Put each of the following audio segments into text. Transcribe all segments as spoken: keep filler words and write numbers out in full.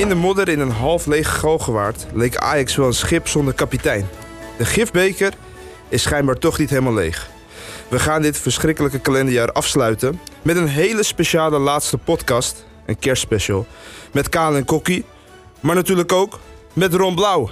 In de modder in een half lege Galgenwaard leek Ajax wel een schip zonder kapitein. De gifbeker is schijnbaar toch niet helemaal leeg. We gaan dit verschrikkelijke kalenderjaar afsluiten met een hele speciale laatste podcast, een kerstspecial, met Kaan en Kokkie, maar natuurlijk ook met Ron Blauw.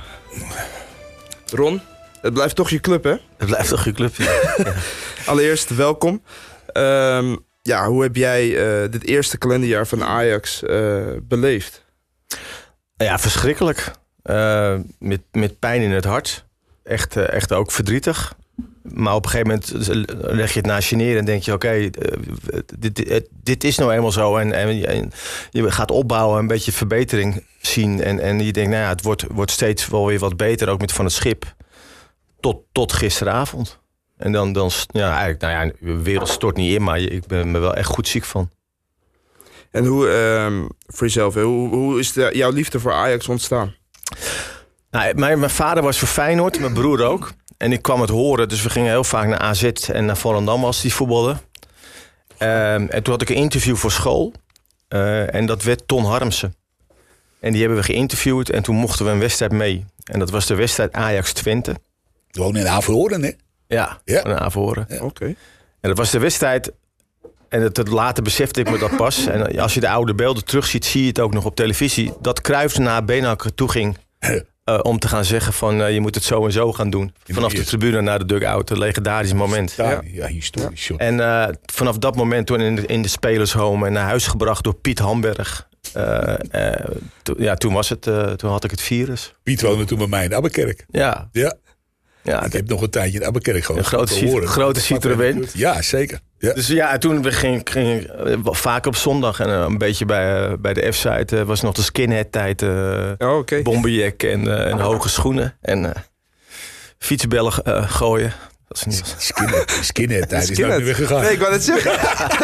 Ron, het blijft toch je club, hè? Het blijft toch je club, ja. Ja. Allereerst, welkom. Um, ja, hoe heb jij uh, dit eerste kalenderjaar van Ajax uh, beleefd? Ja, verschrikkelijk. Uh, met, met pijn in het hart. Echt, uh, echt ook verdrietig. Maar op een gegeven moment leg je het naast je neer en denk je... oké, okay, uh, dit, uh, dit is nou eenmaal zo. En, en, en je gaat opbouwen, een beetje verbetering zien. En, en je denkt, nou ja, het wordt, wordt steeds wel weer wat beter. Ook met van het schip. Tot, tot gisteravond. En dan, dan ja, eigenlijk, nou ja, de wereld stort niet in, maar ik ben er wel echt goed ziek van. En hoe, uh, voor jezelf, hoe, hoe is de, jouw liefde voor Ajax ontstaan? Nou, mijn, mijn vader was voor Feyenoord, mijn broer ook. En ik kwam het horen, dus we gingen heel vaak naar A Z en naar Volendam als die voetbalden. Uh, en toen had ik een interview voor school. Uh, en dat werd Ton Harmsen. En die hebben we geïnterviewd en toen mochten we een wedstrijd mee. En dat was de wedstrijd Ajax-Twente. Gewoon in Averhoorn, hè? Ja, ja. Een Averhoorn. Ja. Oké. Okay. En dat was de wedstrijd. En het, het later besefte ik me dat pas. En als je de oude beelden terugziet, zie je het ook nog op televisie. Dat Cruijff naar Beenhakker toe ging. Uh, om te gaan zeggen van uh, je moet het zo en zo gaan doen. Vanaf de tribune naar de dugout. Een legendarisch moment. Ja, ja historisch. Ja. En uh, vanaf dat moment toen in de, in de spelershome en naar huis gebracht door Piet Hamberg. Uh, uh, to, ja, toen was het. Uh, toen had ik het virus. Piet woonde toen bij mij in Abbekerk. Ja. Ja. Ja, ik heb nog een tijdje in Abbekerk gewoond. Een grote, citroen, grote Citroën. Ja, zeker. Ja. Dus ja, toen ging ik ging, vaak op zondag en een beetje bij, uh, bij de F-site. Uh, was nog de skinhead-tijd. Uh, oh, okay. Bomberjack en, uh, en hoge schoenen. En uh, fietsbellen uh, gooien. Dat is niet... Skinhead, skinhead-tijd is nooit meer weggegaan. Nee, ik wou het zeggen.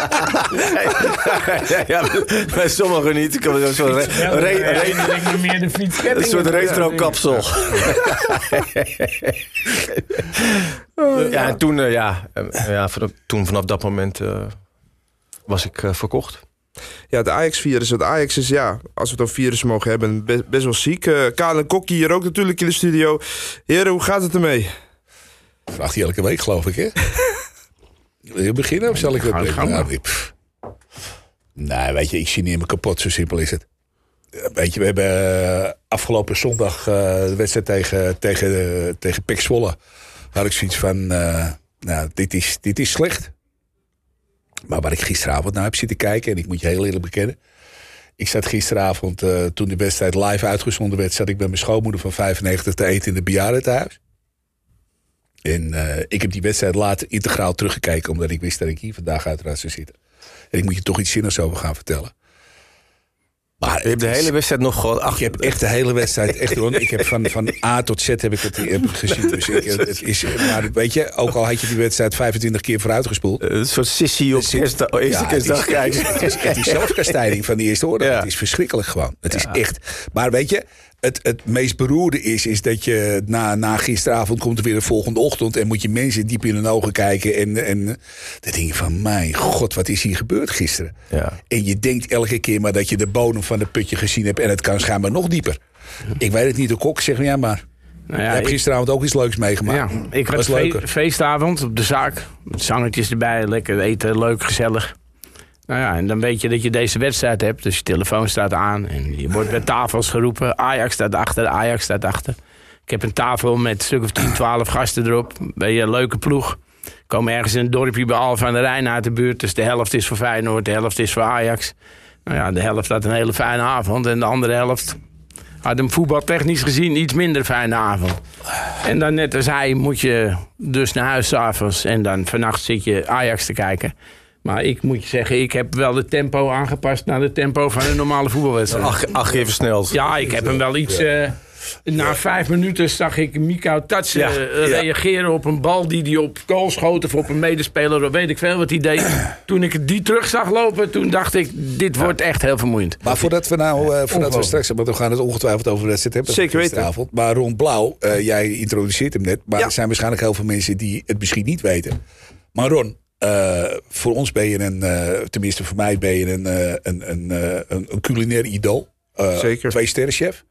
nee, ja, bij sommigen niet. Ik een soort re- re- re- meer de fietsketting. Een soort retro-kapsel. Ja, en toen, uh, ja, uh, ja, vanaf, toen vanaf dat moment uh, was ik uh, verkocht. Ja, het Ajax-virus. Het Ajax is, ja, als we het over virus mogen hebben, best, best wel ziek. Uh, Kaan en Kokkie hier ook natuurlijk in de studio. Heren, hoe gaat het ermee? Vraagt hij elke week, geloof ik, hè? Wil je beginnen of zal ik het beginnen? Nou, nee, weet je, ik zie niet meer kapot. Zo simpel is het. Weet je, we hebben uh, afgelopen zondag uh, de wedstrijd tegen, tegen, uh, tegen P E C Zwolle. Had ik zoiets van, uh, nou, dit is, dit is slecht. Maar waar ik gisteravond naar heb zitten kijken, en ik moet je heel eerlijk bekennen. Ik zat gisteravond, uh, toen de wedstrijd live uitgezonden werd, zat ik bij mijn schoonmoeder van vijfennegentig te eten in het bejaardentehuis. En uh, ik heb die wedstrijd later integraal teruggekeken, omdat ik wist dat ik hier vandaag uiteraard zou zitten. En ik moet je toch iets zinnigs over gaan vertellen. Maar je hebt de hele is, wedstrijd nog gewoon achter. Ik heb echt de hele wedstrijd, echt hoor. Ik heb van, van A tot Z heb ik het heb ik gezien. Dus ik, het is, maar weet je, ook al had je die wedstrijd vijfentwintig keer vooruitgespoeld. Een soort sissie op de eerste, eerste ja, kerstdag kijken. Het is echt die zelfkastijding van die eerste orde. Ja. Het is verschrikkelijk gewoon. Het ja. is echt. Maar weet je, het, het meest beroerde is, is dat je na, na gisteravond komt er weer de volgende ochtend en moet je mensen diep in hun ogen kijken. En, en dan denk je van, mijn god, wat is hier gebeurd gisteren? Ja. En je denkt elke keer maar dat je de bodem van het putje gezien hebt en het kan schijnbaar nog dieper. Ja. Ik weet het niet, de kok zegt, ja maar... Nou ja, je hebt ik, gisteravond ook iets leuks meegemaakt. Ja, ik had fe- feestavond op de zaak. Met zangetjes erbij, lekker eten, leuk, gezellig. Nou ja, en dan weet je dat je deze wedstrijd hebt. Dus je telefoon staat aan en je wordt bij tafels geroepen. Ajax staat achter, Ajax staat achter. Ik heb een tafel met een stuk of tien, twaalf gasten erop. Bij je leuke ploeg. Komen ergens in een dorpje bij Alphen aan de Rijn uit de buurt. Dus de helft is voor Feyenoord, de helft is voor Ajax. Nou ja, de helft had een hele fijne avond. En de andere helft had hem voetbaltechnisch gezien iets minder fijne avond. En dan net als hij moet je dus naar huis 's avonds. En dan vannacht zit je Ajax te kijken. Maar ik moet je zeggen, ik heb wel het tempo aangepast naar het tempo van een normale voetbalwedstrijd. Ach, ach je versneld. Ja, ik heb hem wel iets... Uh, na ja. vijf minuten zag ik Mikau Tatsen ja. uh, reageren ja. op een bal die hij op goal schoot of op een medespeler, of weet ik veel wat hij deed. Toen ik die terug zag lopen, toen dacht ik, dit ja. wordt echt heel vermoeiend. Maar voordat we nou, uh, voordat we straks, want we gaan het ongetwijfeld over de wedstrijd hebben. Zeker weten. Maar Ron Blauw, uh, jij introduceert hem net, maar ja. er zijn waarschijnlijk heel veel mensen die het misschien niet weten. Maar Ron, Uh, voor ons ben je een, uh, tenminste voor mij ben je een, uh, een, een, uh, een, een culinair idool. Uh, Zeker. Twee sterrenchef.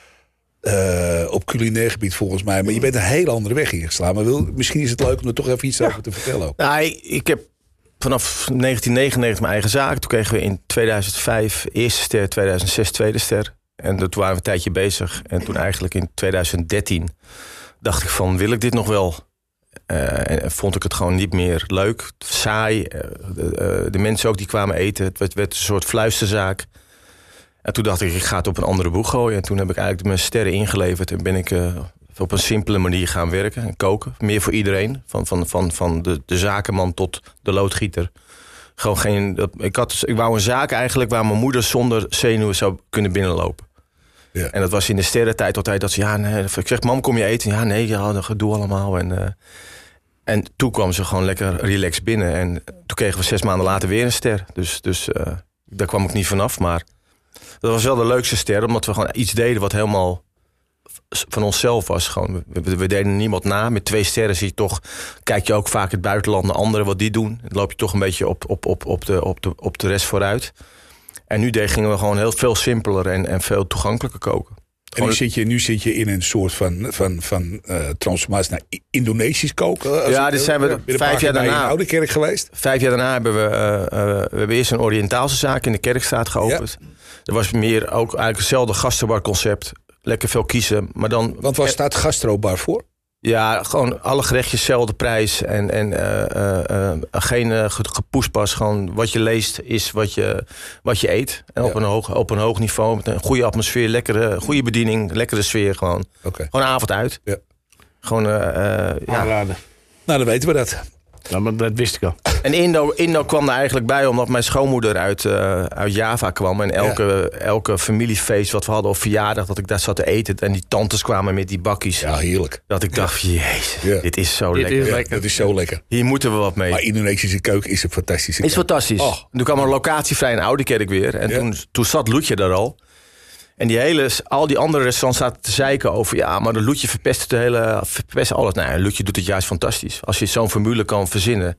Uh, op culinair gebied volgens mij. Maar je bent een hele andere weg ingeslagen. Maar wil, misschien is het leuk om er toch even iets ja. over te vertellen. Ook. Nou, ik, ik heb vanaf negentien negenennegentig mijn eigen zaak. Toen kregen we in tweeduizend vijf eerste ster, tweeduizend zes tweede ster. En toen waren we een tijdje bezig. En toen eigenlijk in tweeduizend dertien dacht ik van, wil ik dit nog wel? Uh, en vond ik het gewoon niet meer leuk, saai. Uh, de, uh, de mensen ook die kwamen eten. Het werd, werd een soort fluisterzaak. En toen dacht ik, ik ga het op een andere boeg gooien. En toen heb ik eigenlijk mijn sterren ingeleverd. En ben ik uh, op een simpele manier gaan werken en koken. Meer voor iedereen. Van, van, van, van de, de zakenman tot de loodgieter. Gewoon geen, dat, ik, had, ik wou een zaak eigenlijk waar mijn moeder zonder zenuwen zou kunnen binnenlopen. Ja. En dat was in de sterrentijd altijd dat ze, ja, nee. Ik zeg, mam, kom je eten? Ja, nee, ja, dat doe allemaal. En, uh, en toen kwam ze gewoon lekker relaxed binnen. En toen kregen we zes maanden later weer een ster. Dus, dus uh, daar kwam ik niet vanaf. Maar dat was wel de leukste ster, omdat we gewoon iets deden wat helemaal van onszelf was. Gewoon, we, we deden niemand na. Met twee sterren zie je toch, kijk je ook vaak het buitenland naar anderen wat die doen. Dan loop je toch een beetje op, op, op, op, de, op, de, op de rest vooruit. En nu gingen we gewoon heel veel simpeler en, en veel toegankelijker koken. En nu zit je, nu zit je in een soort van, van, van uh, transformatie naar Indonesisch koken. Ja, dit zijn we uh, vijf jaar daarna. Oude Kerk geweest. Vijf jaar daarna hebben we, uh, uh, we hebben eerst een Oriëntaalse zaak in de Kerkstraat geopend. Ja. Er was meer ook eigenlijk hetzelfde gastrobarconcept. Lekker veel kiezen, maar dan. Want waar staat gastrobar voor? Ja, gewoon alle gerechtjes dezelfde prijs en, en uh, uh, uh, geen uh, gepoespas. Gewoon wat je leest is wat je, wat je eet. En ja. op, een hoog, op een hoog niveau, met een goede atmosfeer, lekkere, goede bediening, lekkere sfeer gewoon. Okay. Gewoon een avond uit. Ja. Gewoon, uh, uh, ja. Nou, dan weten we dat. Ja, maar dat wist ik al. En Indo, Indo kwam er eigenlijk bij omdat mijn schoonmoeder uit, uh, uit Java kwam. En elke, ja. elke familiefeest wat we hadden of verjaardag, dat ik daar zat te eten. En die tantes kwamen met die bakkies. Ja, heerlijk. Dat ik dacht, jezus, ja. dit is zo dit lekker. Is ja, lekker. Dat is zo lekker. Hier moeten we wat mee. Maar Indonesische keuken is een fantastische Is fantastisch. Oh. Toen kwam er een locatievrij in Oude Kerk weer. En ja. toen, toen zat Loetje daar al. En die hele, al die andere restaurants zaten te zeiken over, ja, maar de Loetje verpest, de hele, verpest alles. Nou, Loetje doet het juist fantastisch. Als je zo'n formule kan verzinnen,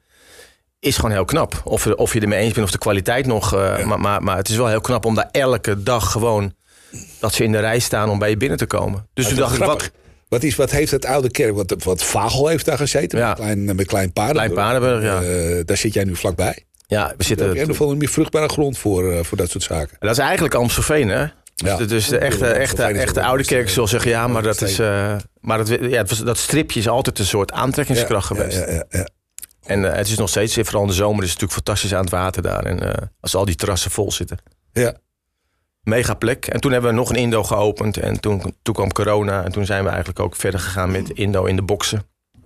is gewoon heel knap. Of, of je ermee eens bent of de kwaliteit nog. Uh, ja. maar, maar, maar het is wel heel knap om daar elke dag gewoon, dat ze in de rij staan om bij je binnen te komen. Dus toen dacht ik, wat... Wat, is, wat heeft het Oude Kerk, wat, wat Vagel heeft daar gezeten, ja. met, klein, met Klein Paardenburg. Klein Paardenburg, ja. Uh, daar zit jij nu vlakbij. Ja, we zitten... Er is een meer vruchtbare grond voor, uh, voor dat soort zaken. Dat is eigenlijk Amstelveen, hè? Ja. Dus, dus de echte, echte, echte Oude Kerk zal zeggen, ja, maar dat is... Uh, maar dat, ja, het was, dat stripje is altijd een soort aantrekkingskracht ja, geweest. Ja, ja, ja, ja. En uh, het is nog steeds, vooral in de zomer, is het natuurlijk fantastisch aan het water daar. En uh, als al die terrassen vol zitten. Ja. Mega plek. En toen hebben we nog een Indo geopend. En toen, toen kwam corona. En toen zijn we eigenlijk ook verder gegaan met Indo in de boksen.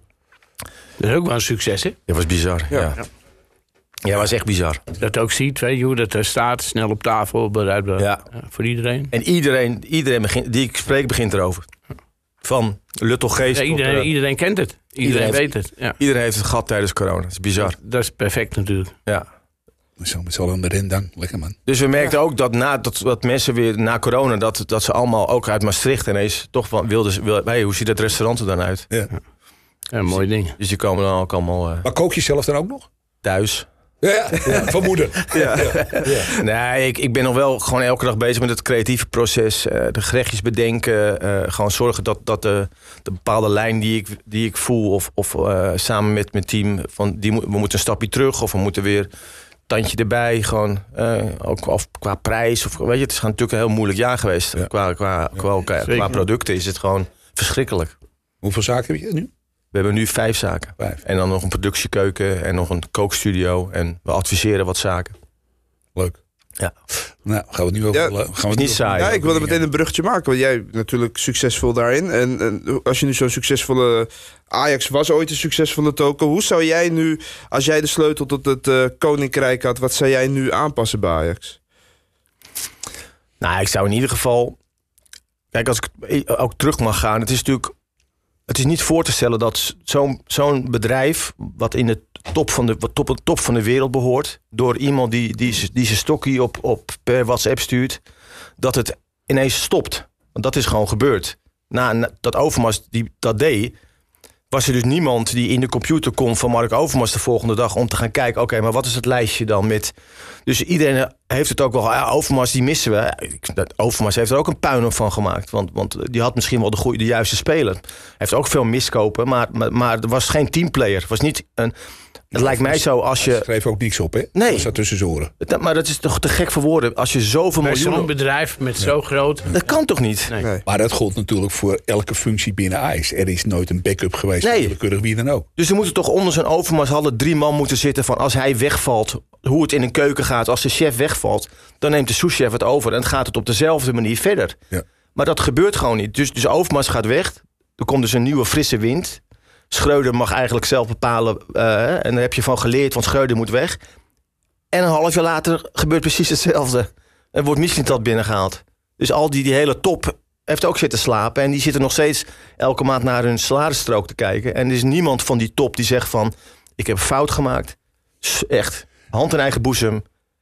Dat is ook wel een succes, hè? Dat was bizar, ja. ja. ja. Ja, dat was echt bizar. Dat ook ziet, weet je hoe dat er staat. Snel op tafel, bereidbaar. Ja. Ja, voor iedereen. En iedereen, iedereen begint, die ik spreek begint erover. Van Luttelgeest. Ja, iedereen, tot, uh, iedereen kent het. Iedereen, iedereen weet het. Ja. Iedereen heeft het gehad tijdens corona. Dat is bizar. Dat, dat is perfect natuurlijk. Ja. Zo met z'n allen de rendang. Lekker man. Dus we merkten ja. ook dat, na, dat, dat mensen weer na corona... Dat, dat ze allemaal ook uit Maastricht ineens toch van wilden... Wil, hey, hoe ziet dat restaurant er dan uit? Ja, ja mooi ding. Dus die komen dan ook allemaal... Uh, maar kook je zelf dan ook nog? Thuis. Ja, ja, van moeder. Ja. Ja. Ja. Nee, ik, ik ben nog wel gewoon elke dag bezig met het creatieve proces. Uh, de gerechtjes bedenken. Uh, gewoon zorgen dat, dat de, de bepaalde lijn die ik, die ik voel... of, of uh, samen met mijn team... Van die, we moeten een stapje terug of we moeten weer... tandje erbij, gewoon uh, ook of qua prijs. Of, weet je, het is natuurlijk een heel moeilijk jaar geweest. Ja. Qua, qua, qua, qua, qua producten is het gewoon verschrikkelijk. Hoeveel zaken heb je nu? We hebben nu vijf zaken. Vijf. En dan nog een productiekeuken en nog een kookstudio. En we adviseren wat zaken. Leuk. Ja. Nou, gaan we het nu over... Ja, gaan we niet saai. Ja, ik wilde meteen een bruggetje maken. Want jij natuurlijk succesvol daarin. En, en als je nu zo'n succesvolle... Ajax was ooit een succesvolle toko. Hoe zou jij nu, als jij de sleutel tot het uh, koninkrijk had... wat zou jij nu aanpassen bij Ajax? Nou, ik zou in ieder geval... Kijk, als ik ook terug mag gaan... Het is natuurlijk... Het is niet voor te stellen dat zo'n, zo'n bedrijf... wat in de top van de, wat top, top van de wereld behoort... door iemand die, die, die zijn stokkie op, op per WhatsApp stuurt... dat het ineens stopt. Want dat is gewoon gebeurd. Na, na dat Overmars die dat deed... was er dus niemand die in de computer kon van Mark Overmars de volgende dag... om te gaan kijken, oké, okay, maar wat is het lijstje dan met... Dus iedereen heeft het ook wel... Ja, Overmars, die missen we. Overmars heeft er ook een puinhoop van gemaakt. Want, want die had misschien wel de, goede, de juiste speler. Hij heeft ook veel miskopen, maar, maar, maar er was geen teamplayer. Het was niet een... Het lijkt mij zo als je... Hij schreef ook niks op, hè? Nee. Dat zat tussen zijn oren. Dat, maar dat is toch te gek voor woorden. Als je zoveel Bij miljoenen... zo'n bedrijf met zo groot... Dat kan toch niet? Nee. Nee. Maar dat gold natuurlijk voor elke functie binnen Ajax. Er is nooit een backup geweest. Nee. Willekeurig wie dan ook. Dus er moeten toch onder zijn Overmars hadden drie man moeten zitten van als hij wegvalt, hoe het in een keuken gaat. Als de chef wegvalt, dan neemt de souschef het over en dan gaat het op dezelfde manier verder. Ja. Maar dat gebeurt gewoon niet. Dus, dus Overmars gaat weg. Er komt dus een nieuwe frisse wind. Schreuder mag eigenlijk zelf bepalen. Uh, en daar heb je van geleerd, want Schreuder moet weg. En een half jaar later gebeurt precies hetzelfde. Er wordt Mislintat binnengehaald. Dus al die, die hele top heeft ook zitten slapen. En die zitten nog steeds elke maand naar hun salarisstrook te kijken. En er is niemand van die top die zegt van... ik heb een fout gemaakt. Echt, hand in eigen boezem.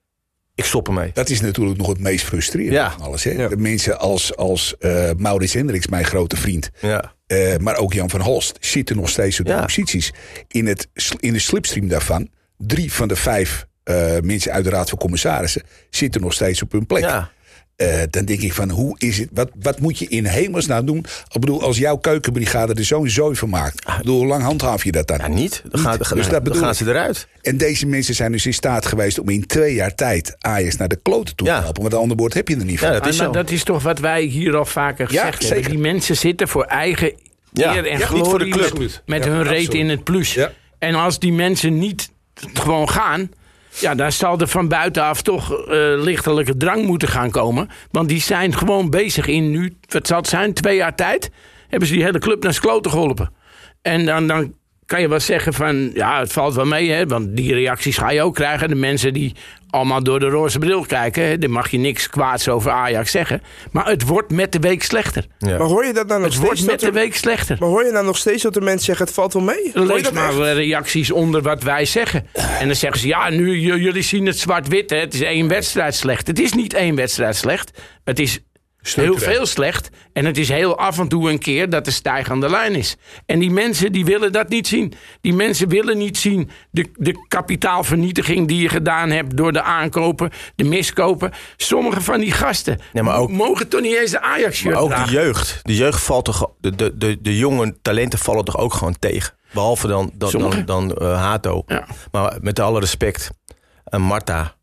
Ik stop ermee. Dat is natuurlijk nog het meest frustrerende Ja. van alles. Hè? Ja. De mensen als, als uh, Maurits Hendricks, mijn grote vriend... Ja. Uh, maar ook Jan van Halst zitten nog steeds op de Ja. posities. In, het, in de slipstream daarvan... drie van de vijf uh, mensen uit de Raad van Commissarissen... zitten nog steeds op hun plek. Ja. Uh, dan denk ik van, hoe is het? Wat, wat moet je in hemelsnaam doen? Ik bedoel, als jouw keukenbrigade er zo'n zooi van maakt. Ik bedoel, hoe lang handhaaf je dat dan? Ja, niet. Dan, Niet. Gaat, Dus dan, dat dan bedoel gaan ik. ze eruit. En deze mensen zijn dus in staat geweest om in twee jaar tijd Ajax naar de kloten toe te Ja. helpen. Want een ander woord heb je er niet van. Ja, dat Ah, is maar zo. dat is toch wat wij hier al vaker Ja, gezegd zeker. hebben. Die mensen zitten voor eigen Ja. eer en Ja, glorie niet voor de club. met, met Ja, hun reet absoluut. in het plus. Ja. En als die mensen niet gewoon gaan... ja, dan zal er van buitenaf toch uh, lichtelijke drang moeten gaan komen. Want die zijn gewoon bezig in nu... wat zal het zijn, twee jaar tijd... hebben ze die hele club naar z'n kloten geholpen. En dan... dan kan je wel zeggen van, ja, het valt wel mee, hè, want die reacties ga je ook krijgen. De mensen die allemaal door de roze bril kijken, hè, daar mag je niks kwaads over Ajax zeggen. Maar het wordt met de week slechter. Ja. Maar hoor je dat nou nog Het wordt steeds? met dat de er- week slechter. Maar hoor je nou nog steeds dat de mensen zeggen, het valt wel mee? Hoor je Lees dat maar echt? uh, reacties onder wat wij zeggen. En dan zeggen ze, ja, nu j- jullie zien het zwart-wit, hè, het is één wedstrijd slecht. Het is niet één wedstrijd slecht. Het is heel veel slecht. En het is heel af en toe een keer dat de stijgende lijn is. En die mensen die willen dat niet zien. Die mensen willen niet zien de, de kapitaalvernietiging die je gedaan hebt door de aankopen, de miskopen. Sommige van die gasten Nee, maar ook- mogen toch niet eens de Ajax-shirt Maar ook de dragen. jeugd. De jeugd valt toch... De, de, de, de jonge talenten vallen toch ook gewoon tegen. Behalve dan, dan, Sommige. dan, dan uh, Hato. Ja. Maar met alle respect. Uh, Marta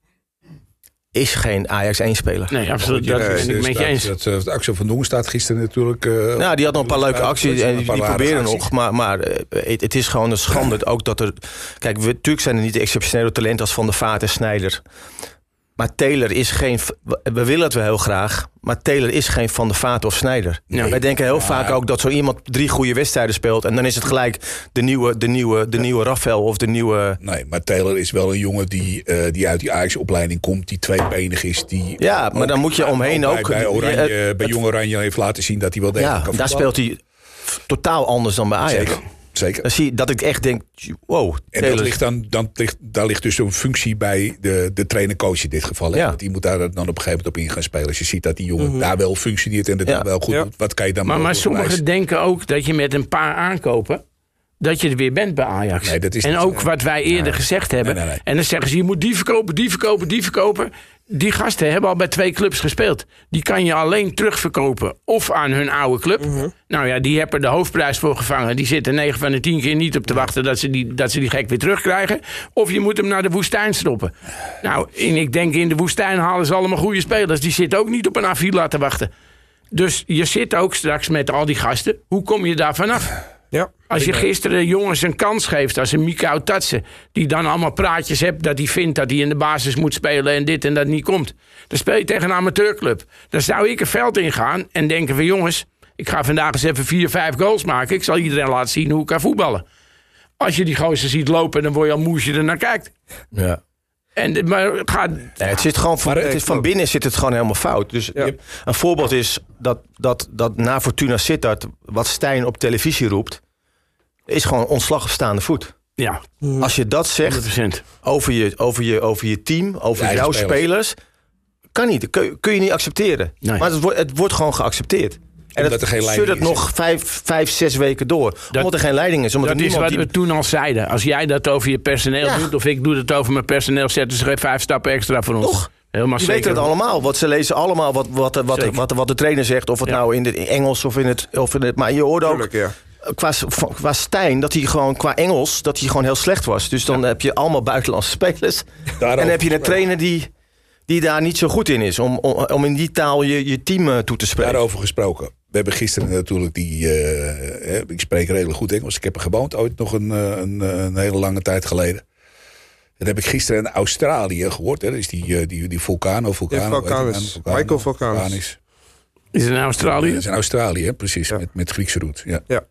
is geen Ajax één-speler. Nee, absoluut. Dat Ja, ben ik dus met je dat- eens. Dat, dat, Axel van Dongen staat gisteren natuurlijk... Uh, Nou, die had nog een paar leuke acties en die, die proberen acties. nog. Maar, maar uh, het, het is gewoon een schande ook dat er... Kijk, we, natuurlijk zijn er niet de exceptionele talenten als Van der Vaart en Sneijder. Maar Taylor is geen... We willen het wel heel graag. Maar Taylor is geen Van der Vaart of Sneijder. Nee. Wij denken heel Ja. vaak ook dat zo iemand drie goede wedstrijden speelt. En dan is het gelijk de nieuwe, de nieuwe, de nieuwe Rafael of de nieuwe... Nee, maar Taylor is wel een jongen die, uh, die uit die Ajax-opleiding komt. Die tweebenig is. Die Ja, maar ook- dan moet je omheen ook... Bij, bij, Oranje, Ja, bij Jong Oranje heeft laten zien dat hij wel degelijk ja, kan daar voetballen. speelt hij f- totaal anders dan bij Ajax. Zeker, zeker. Dan zie je dat ik echt denk, wow. En Taylor dat is- ligt dan, dan ligt, daar ligt dus zo'n functie bij de, de trainer-coach in dit geval. Hè? Ja. Want die moet daar dan op een gegeven moment op in gaan spelen. Als je ziet dat die jongen daar wel functioneert en het Ja. dan wel goed Ja. doet. Wat kan je dan Maar, maar mogelijk sommigen bewijzen? denken ook dat je met een paar aankopen... dat je er weer bent bij Ajax. Nee, dat is en niet ook zo. wat wij eerder gezegd hebben. Nee, nee, nee. En dan zeggen ze, je moet die verkopen, die verkopen, die verkopen. Die gasten hebben al bij twee clubs gespeeld. Die kan je alleen terugverkopen. Of aan hun oude club. Nou ja, die hebben er de hoofdprijs voor gevangen. Die zitten negen van de tien keer niet op te wachten... dat ze, die, dat ze die gek weer terugkrijgen. Of je moet hem naar de woestijn stoppen. Nou, en ik denk in de woestijn halen ze allemaal goede spelers. Die zitten ook niet op een Avila te wachten. Dus je zit ook straks met al die gasten. Hoe kom je daar vanaf? Ja. Als je gisteren jongens een kans geeft, als een Mikau Tatsen... die dan allemaal praatjes hebt dat hij vindt dat hij in de basis moet spelen... en dit en dat niet komt. Dan speel je tegen een amateurclub. Dan zou ik een veld ingaan en denken van... jongens, ik ga vandaag eens even vier, vijf goals maken. Ik zal iedereen laten zien hoe ik kan voetballen. Als je die gozer ziet lopen, dan word je al moe als je er naar kijkt. Ja. En, maar het gaat... Nee, het zit gewoon van, Maar, het eh, is, van binnen zit het gewoon helemaal fout. Dus Ja. je- een voorbeeld is dat, dat, dat na Fortuna Sittard... wat Stijn op televisie roept... is gewoon ontslag op staande voet. Ja, Als je dat zegt honderd procent. over je, over je, over je team, over Ja, de jouw spelers. spelers... kan niet, kun, je- kun je niet accepteren. Nee. Maar het wordt, het wordt gewoon geaccepteerd. En Omdat er geen het leiding het is. nog vijf, vijf, zes weken door. omdat er geen leiding is. Omdat Dat er is niemand wat die, we toen al zeiden. Als jij dat over je personeel Ja. doet... of ik doe dat over mijn personeel... zetten ze geen vijf stappen extra voor ons. Toch? Helemaal Die zeker. weten het allemaal. Want ze lezen allemaal wat, wat, wat, wat, wat, wat de trainer zegt. Of het Ja. nou in het Engels of in het... Of in het maar je hoorde ook Tuurlijk, ja. qua, qua Stijn dat hij gewoon qua Engels dat hij gewoon heel slecht was. Dus dan heb je allemaal buitenlandse spelers. Daarover en dan heb je een gesproken. trainer die, die daar niet zo goed in is. Om, om, om in die taal je, je team uh, toe te spreken. Daarover gesproken. We hebben gisteren natuurlijk die... Uh, hè, ik spreek redelijk goed Engels. Ik heb er gewoond ooit nog een, een, een hele lange tijd geleden. En heb ik gisteren in Australië gehoord. Hè. Dat is die, die, die Vulcano. Vulcano, Ja, Vulcanus. Vulcano, Michael Vulcanus. Vulcanus. Is het in Australië? Dat is in Australië, hè, precies. Ja. Met, met Griekse roet. Ja. Ja.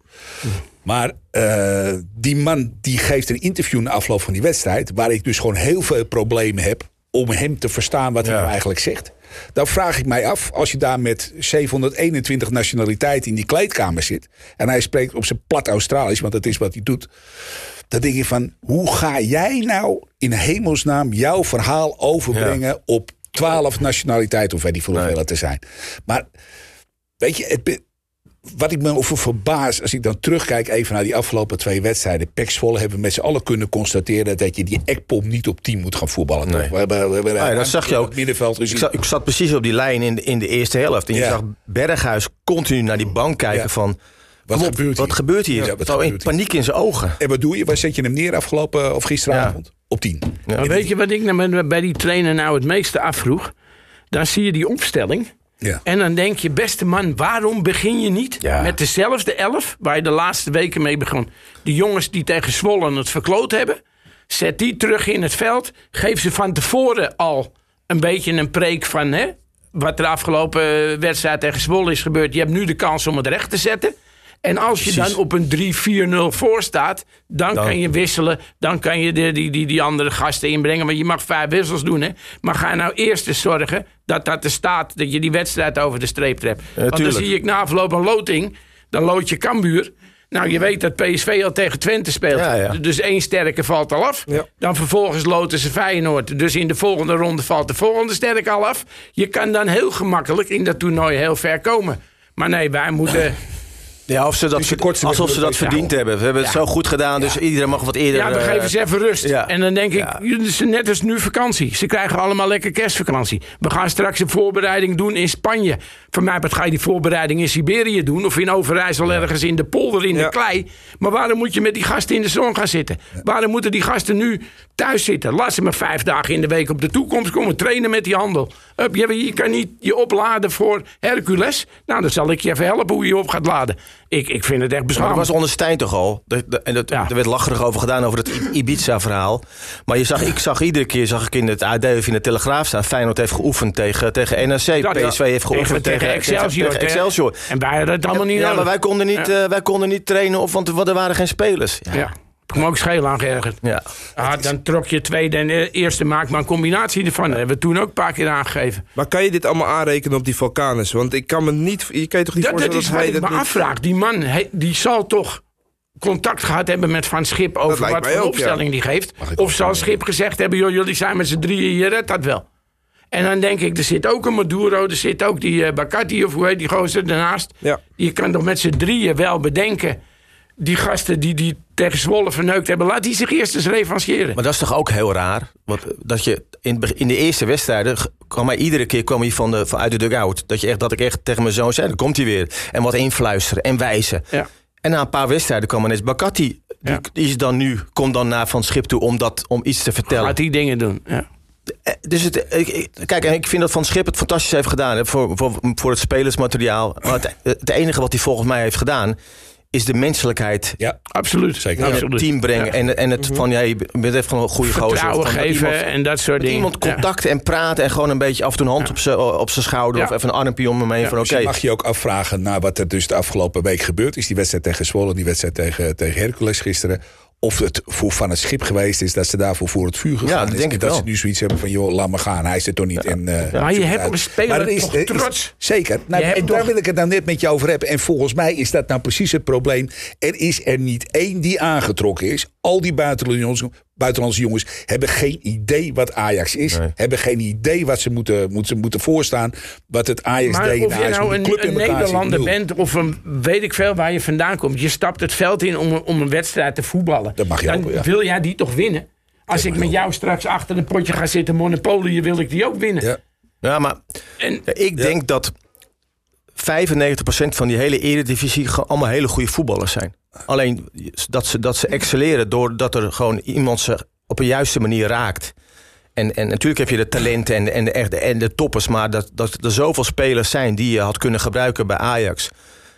Maar uh, die man die geeft een interview na afloop van die wedstrijd... waar ik dus gewoon heel veel problemen heb... om hem te verstaan wat hij Ja. nou eigenlijk zegt. Dan vraag ik mij af, als je daar met zevenhonderdeenentwintig nationaliteiten... in die kleedkamer zit... en hij spreekt op zijn plat Australisch, want dat is wat hij doet... dan denk je van, hoe ga jij nou in hemelsnaam... jouw verhaal overbrengen Ja. op twaalf nationaliteiten... of weet ik veel Nee. hoeveel het er zijn. Maar weet je, het, be- wat ik me over verbaas... als ik dan terugkijk even naar die afgelopen twee wedstrijden... P E C Zwolle hebben we met z'n allen kunnen constateren... dat je die ekpom niet op team moet gaan voetballen. Nee. Toch? We hebben, we hebben Ja, dat zag je ook. Het middenveld Ik gezien. zat, ik zat precies op die lijn in de, in de eerste helft. En je Ja. zag Berghuis continu naar die bank kijken Ja. van... Wat kom op, gebeurt hier? Wat gebeurt hier? Ja, wat Zo in gebeurt hier? paniek in zijn ogen. En wat doe je? Waar zet je hem neer afgelopen of gisteravond? Op tien. Ja. Maar weet je wat ik nou bij die trainer nou het meeste afvroeg? Dan zie je die opstelling. Ja. En dan denk je, beste man, waarom begin je niet Ja. met dezelfde elf... waar je de laatste weken mee begon? Die jongens die tegen Zwolle het verkloot hebben... zet die terug in het veld. Geef ze van tevoren al een beetje een preek van... Hè, wat er de afgelopen wedstrijd tegen Zwolle is gebeurd. Je hebt nu de kans om het recht te zetten. En als je Precies. dan op een drie vier nul voor staat... Dan, Dan- kan je wisselen. Dan kan je de, die, die, die andere gasten inbrengen. Want je mag vijf wissels doen. Hè? Maar ga nou eerst eens zorgen dat dat er staat... dat je die wedstrijd over de streep trekt. Want dan tuurlijk. zie ik na afloop een loting. Dan lood je Cambuur. Nou, je weet dat P S V al tegen Twente speelt. Ja, ja. Dus één sterke valt al af. Ja. Dan vervolgens loten ze Feyenoord. Dus in de volgende ronde valt de volgende sterke al af. Je kan dan heel gemakkelijk in dat toernooi heel ver komen. Maar nee, wij moeten... Ja, of ze dat, Dus je kortste alsof weg ze door dat het verdiend ja. hebben. We hebben het zo goed gedaan, dus iedereen mag wat eerder... Ja, we eh, geven ze even rust. ja. En dan denk ik, Ja. jullie zijn net als nu vakantie. Ze krijgen allemaal lekker kerstvakantie. We gaan straks een voorbereiding doen in Spanje. Voor mij ga je die voorbereiding in Siberië doen. Of in Overijssel ergens in de polder in Ja. de klei. Maar waarom moet je met die gasten in de zon gaan zitten? Waarom moeten die gasten nu thuis zitten? Laat ze maar vijf dagen in de week op de toekomst komen trainen met die handel. Hup, je, je kan niet je opladen voor Hercules. Nou, dan zal ik je even helpen hoe je je op gaat laden. Ik, ik vind het echt Maar dat beschamend. was onder Stijn toch al. De, de- en dat, Ja. er werd lacherig over gedaan over het I- Ibiza-verhaal. Maar je zag, ik zag iedere keer zag ik in het A D of in de Telegraaf staan... Feyenoord heeft geoefend tegen, tegen N A C. Ja, P S V heeft geoefend tegen, tegen Excelsior. Tegen Excelsior. En wij hadden het allemaal niet Ja, nodig. maar wij konden niet, Ja. eh, wij konden niet trainen, of, want er, er waren geen spelers. Ja. Ja, ik heb me ook schelen aan geërgerd. Ja. Ah, dan trok je tweede en eh, eerste, maak maar een combinatie ervan. Dat hebben we toen ook een paar keer aangegeven. Maar kan je dit allemaal aanrekenen op die Vulcanus? Want ik kan me niet... Je kan je toch niet Dat, dat voorstellen is dat wat hij ik dat me niet... afvraag. Die man, hij- die zal toch contact gehad hebben met Van Schip... over lijkt wat mij voor ook, opstelling ja. die geeft. Mag ik Of ook zal wel, Schip gezegd hebben... joh, jullie zijn met z'n drieën, je redt dat wel. En dan denk ik, er zit ook een Maduro... er zit ook die uh, Bakati, of hoe heet die gozer daarnaast. Ja. Je kan toch met z'n drieën wel bedenken... die gasten die, die tegen Zwolle verneukt hebben... laat die zich eerst eens revancheren. Maar dat is toch ook heel raar? Want dat je in, het beg- in de eerste wedstrijden g- kwam hij iedere keer kwam hij van de, vanuit de dugout. Dat, je echt, dat ik echt tegen mijn zoon zei, dan komt hij weer. En wat influisteren en wijzen. Ja. En na een paar wedstrijden kwam ineens Bakati. Die, Ja. die is dan nu, komt dan naar Van Schip toe om, dat, om iets te vertellen. Laat die dingen doen, ja. Eh, Dus het, ik, ik- kijk, en ik vind dat Van Schip het fantastisch heeft gedaan hè, voor, voor, voor het spelersmateriaal. Maar het, het enige wat hij volgens mij heeft gedaan... is de menselijkheid Ja, Absoluut. Zeker. in Absoluut. het team brengen. Ja. En, en het van, ja, je bent even gewoon een goede gozer. Vertrouwen Of van geven iemand- en dat soort met dingen. iemand contact en praten en gewoon een beetje af en toe een hand Ja. op zijn op zijn schouder... Ja. of even een armpje om hem heen Ja, van dus oké. je mag je ook afvragen naar wat er dus de afgelopen week gebeurd is. Die wedstrijd tegen Zwolle, die wedstrijd tegen, tegen Hercules gisteren. Of het voor Van het Schip geweest is dat ze daarvoor voor het vuur gegaan Ja, dat is. denk en ik dat wel. ze nu zoiets hebben van, joh, laat maar gaan. Hij is er toch niet. En, uh, Maar je hebt op een speler Maar er is- toch er is- trots. Zeker. Nou, Je hebt en daar toch- wil ik het nou net met je over hebben. En volgens mij is dat nou precies het probleem. Er is er niet één die aangetrokken is. Al die buitenlandse, buitenlandse jongens hebben geen idee wat Ajax is. Nee. Hebben geen idee wat ze moeten, moeten, moeten voorstaan. Wat het Ajax Maar D N A of je is. nou hoe de een, club in een elkaar zit. Nederlander Nul. bent of een weet ik veel waar je vandaan komt. Je stapt het veld in om, om een wedstrijd te voetballen. Dat mag je Dan ook, ja. wil jij die toch winnen? Als ik met jou straks achter een potje ga zitten Monopoly, wil ik die ook winnen. Ja. Ja, maar En, ik denk ja. dat vijfennegentig procent van die hele eredivisie gewoon allemaal hele goede voetballers zijn. Alleen dat ze, dat ze excelleren doordat er gewoon iemand ze op een juiste manier raakt. En, en natuurlijk heb je de talenten en de, en de, en de, en de toppers, maar dat, dat er zoveel spelers zijn die je had kunnen gebruiken bij Ajax.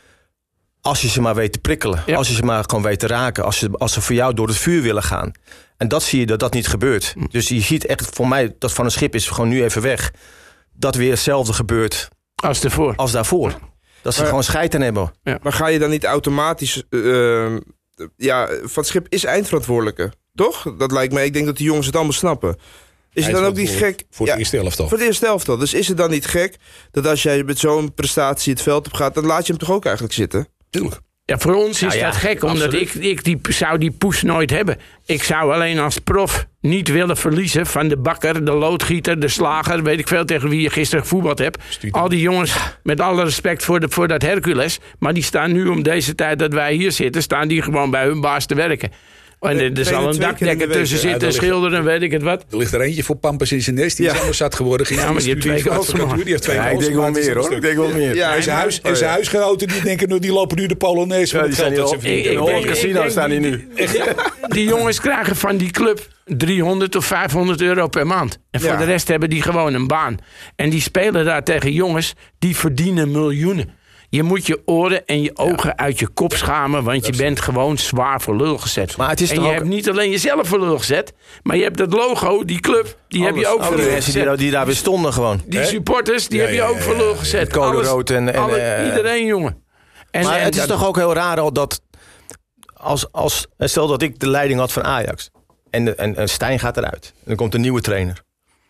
Als je ze maar weet te prikkelen. Ja. Als je ze maar gewoon weet te raken. Als ze, als ze voor jou door het vuur willen gaan. En dat zie je dat dat niet gebeurt. Hm. Dus je ziet echt, voor mij, dat Van een Schip is gewoon nu even weg. Dat weer hetzelfde gebeurt. Als daarvoor. Als daarvoor. Dat ze maar, gewoon scheid aan hebben. Ja. Maar ga je dan niet automatisch... Uh, ja, Van Schip is eindverantwoordelijke. Toch? Dat lijkt mij. Ik denk dat die jongens het allemaal snappen. Is het dan ook niet gek... Voor het ja, eerste elftal. Voor het eerste elftal. Dus is het dan niet gek dat als jij met zo'n prestatie het veld op gaat, dan laat je hem toch ook eigenlijk zitten? Tuurlijk. Ja, voor ons is nou ja, dat gek, omdat absoluut. ik, ik die, zou die poes nooit hebben. Ik zou alleen als prof niet willen verliezen van de bakker, de loodgieter, de slager, weet ik veel tegen wie je gisteren gevoetbald hebt. Stuur. Al die jongens, met alle respect voor, de, voor dat Hercules, maar die staan nu om deze tijd dat wij hier zitten, staan die gewoon bij hun baas te werken. En er, er zal een dakdekker tussen ja, zitten, schilderen, weet ik het wat. Er ligt er eentje voor Pampers in zijn nest, die ja. is allemaal zat geworden. Ging ja, maar die heeft twee goals gemaakt. Die heeft twee ja, ik denk wel meer hoor. Ik denk wel meer. Ja, en zijn huis, en zijn huisgenoten die denken nu, die lopen nu de Polonaise. Ja, die zijn dat op het casino staan die nu. Die, die jongens krijgen van die club driehonderd of vijfhonderd euro per maand. En voor ja. de rest hebben die gewoon een baan. En die spelen daar tegen jongens die verdienen miljoenen. Je moet je oren en je ogen ja. uit je kop schamen, want je bent gewoon zwaar voor lul gezet. Maar het is en je ook... hebt niet alleen jezelf voor lul gezet, maar je hebt dat logo, die club, die Alles. heb je ook voor lul gezet. Die, die daar weer stonden gewoon. Die He? supporters, die ja, heb je ja, ook ja, voor lul gezet. Ja, Code rood en... en alle, uh, iedereen, jongen. En, maar en, het is dat... toch ook heel raar al dat... Als, als, stel dat ik de leiding had van Ajax en, de, en, en Stijn gaat eruit. En dan komt een nieuwe trainer.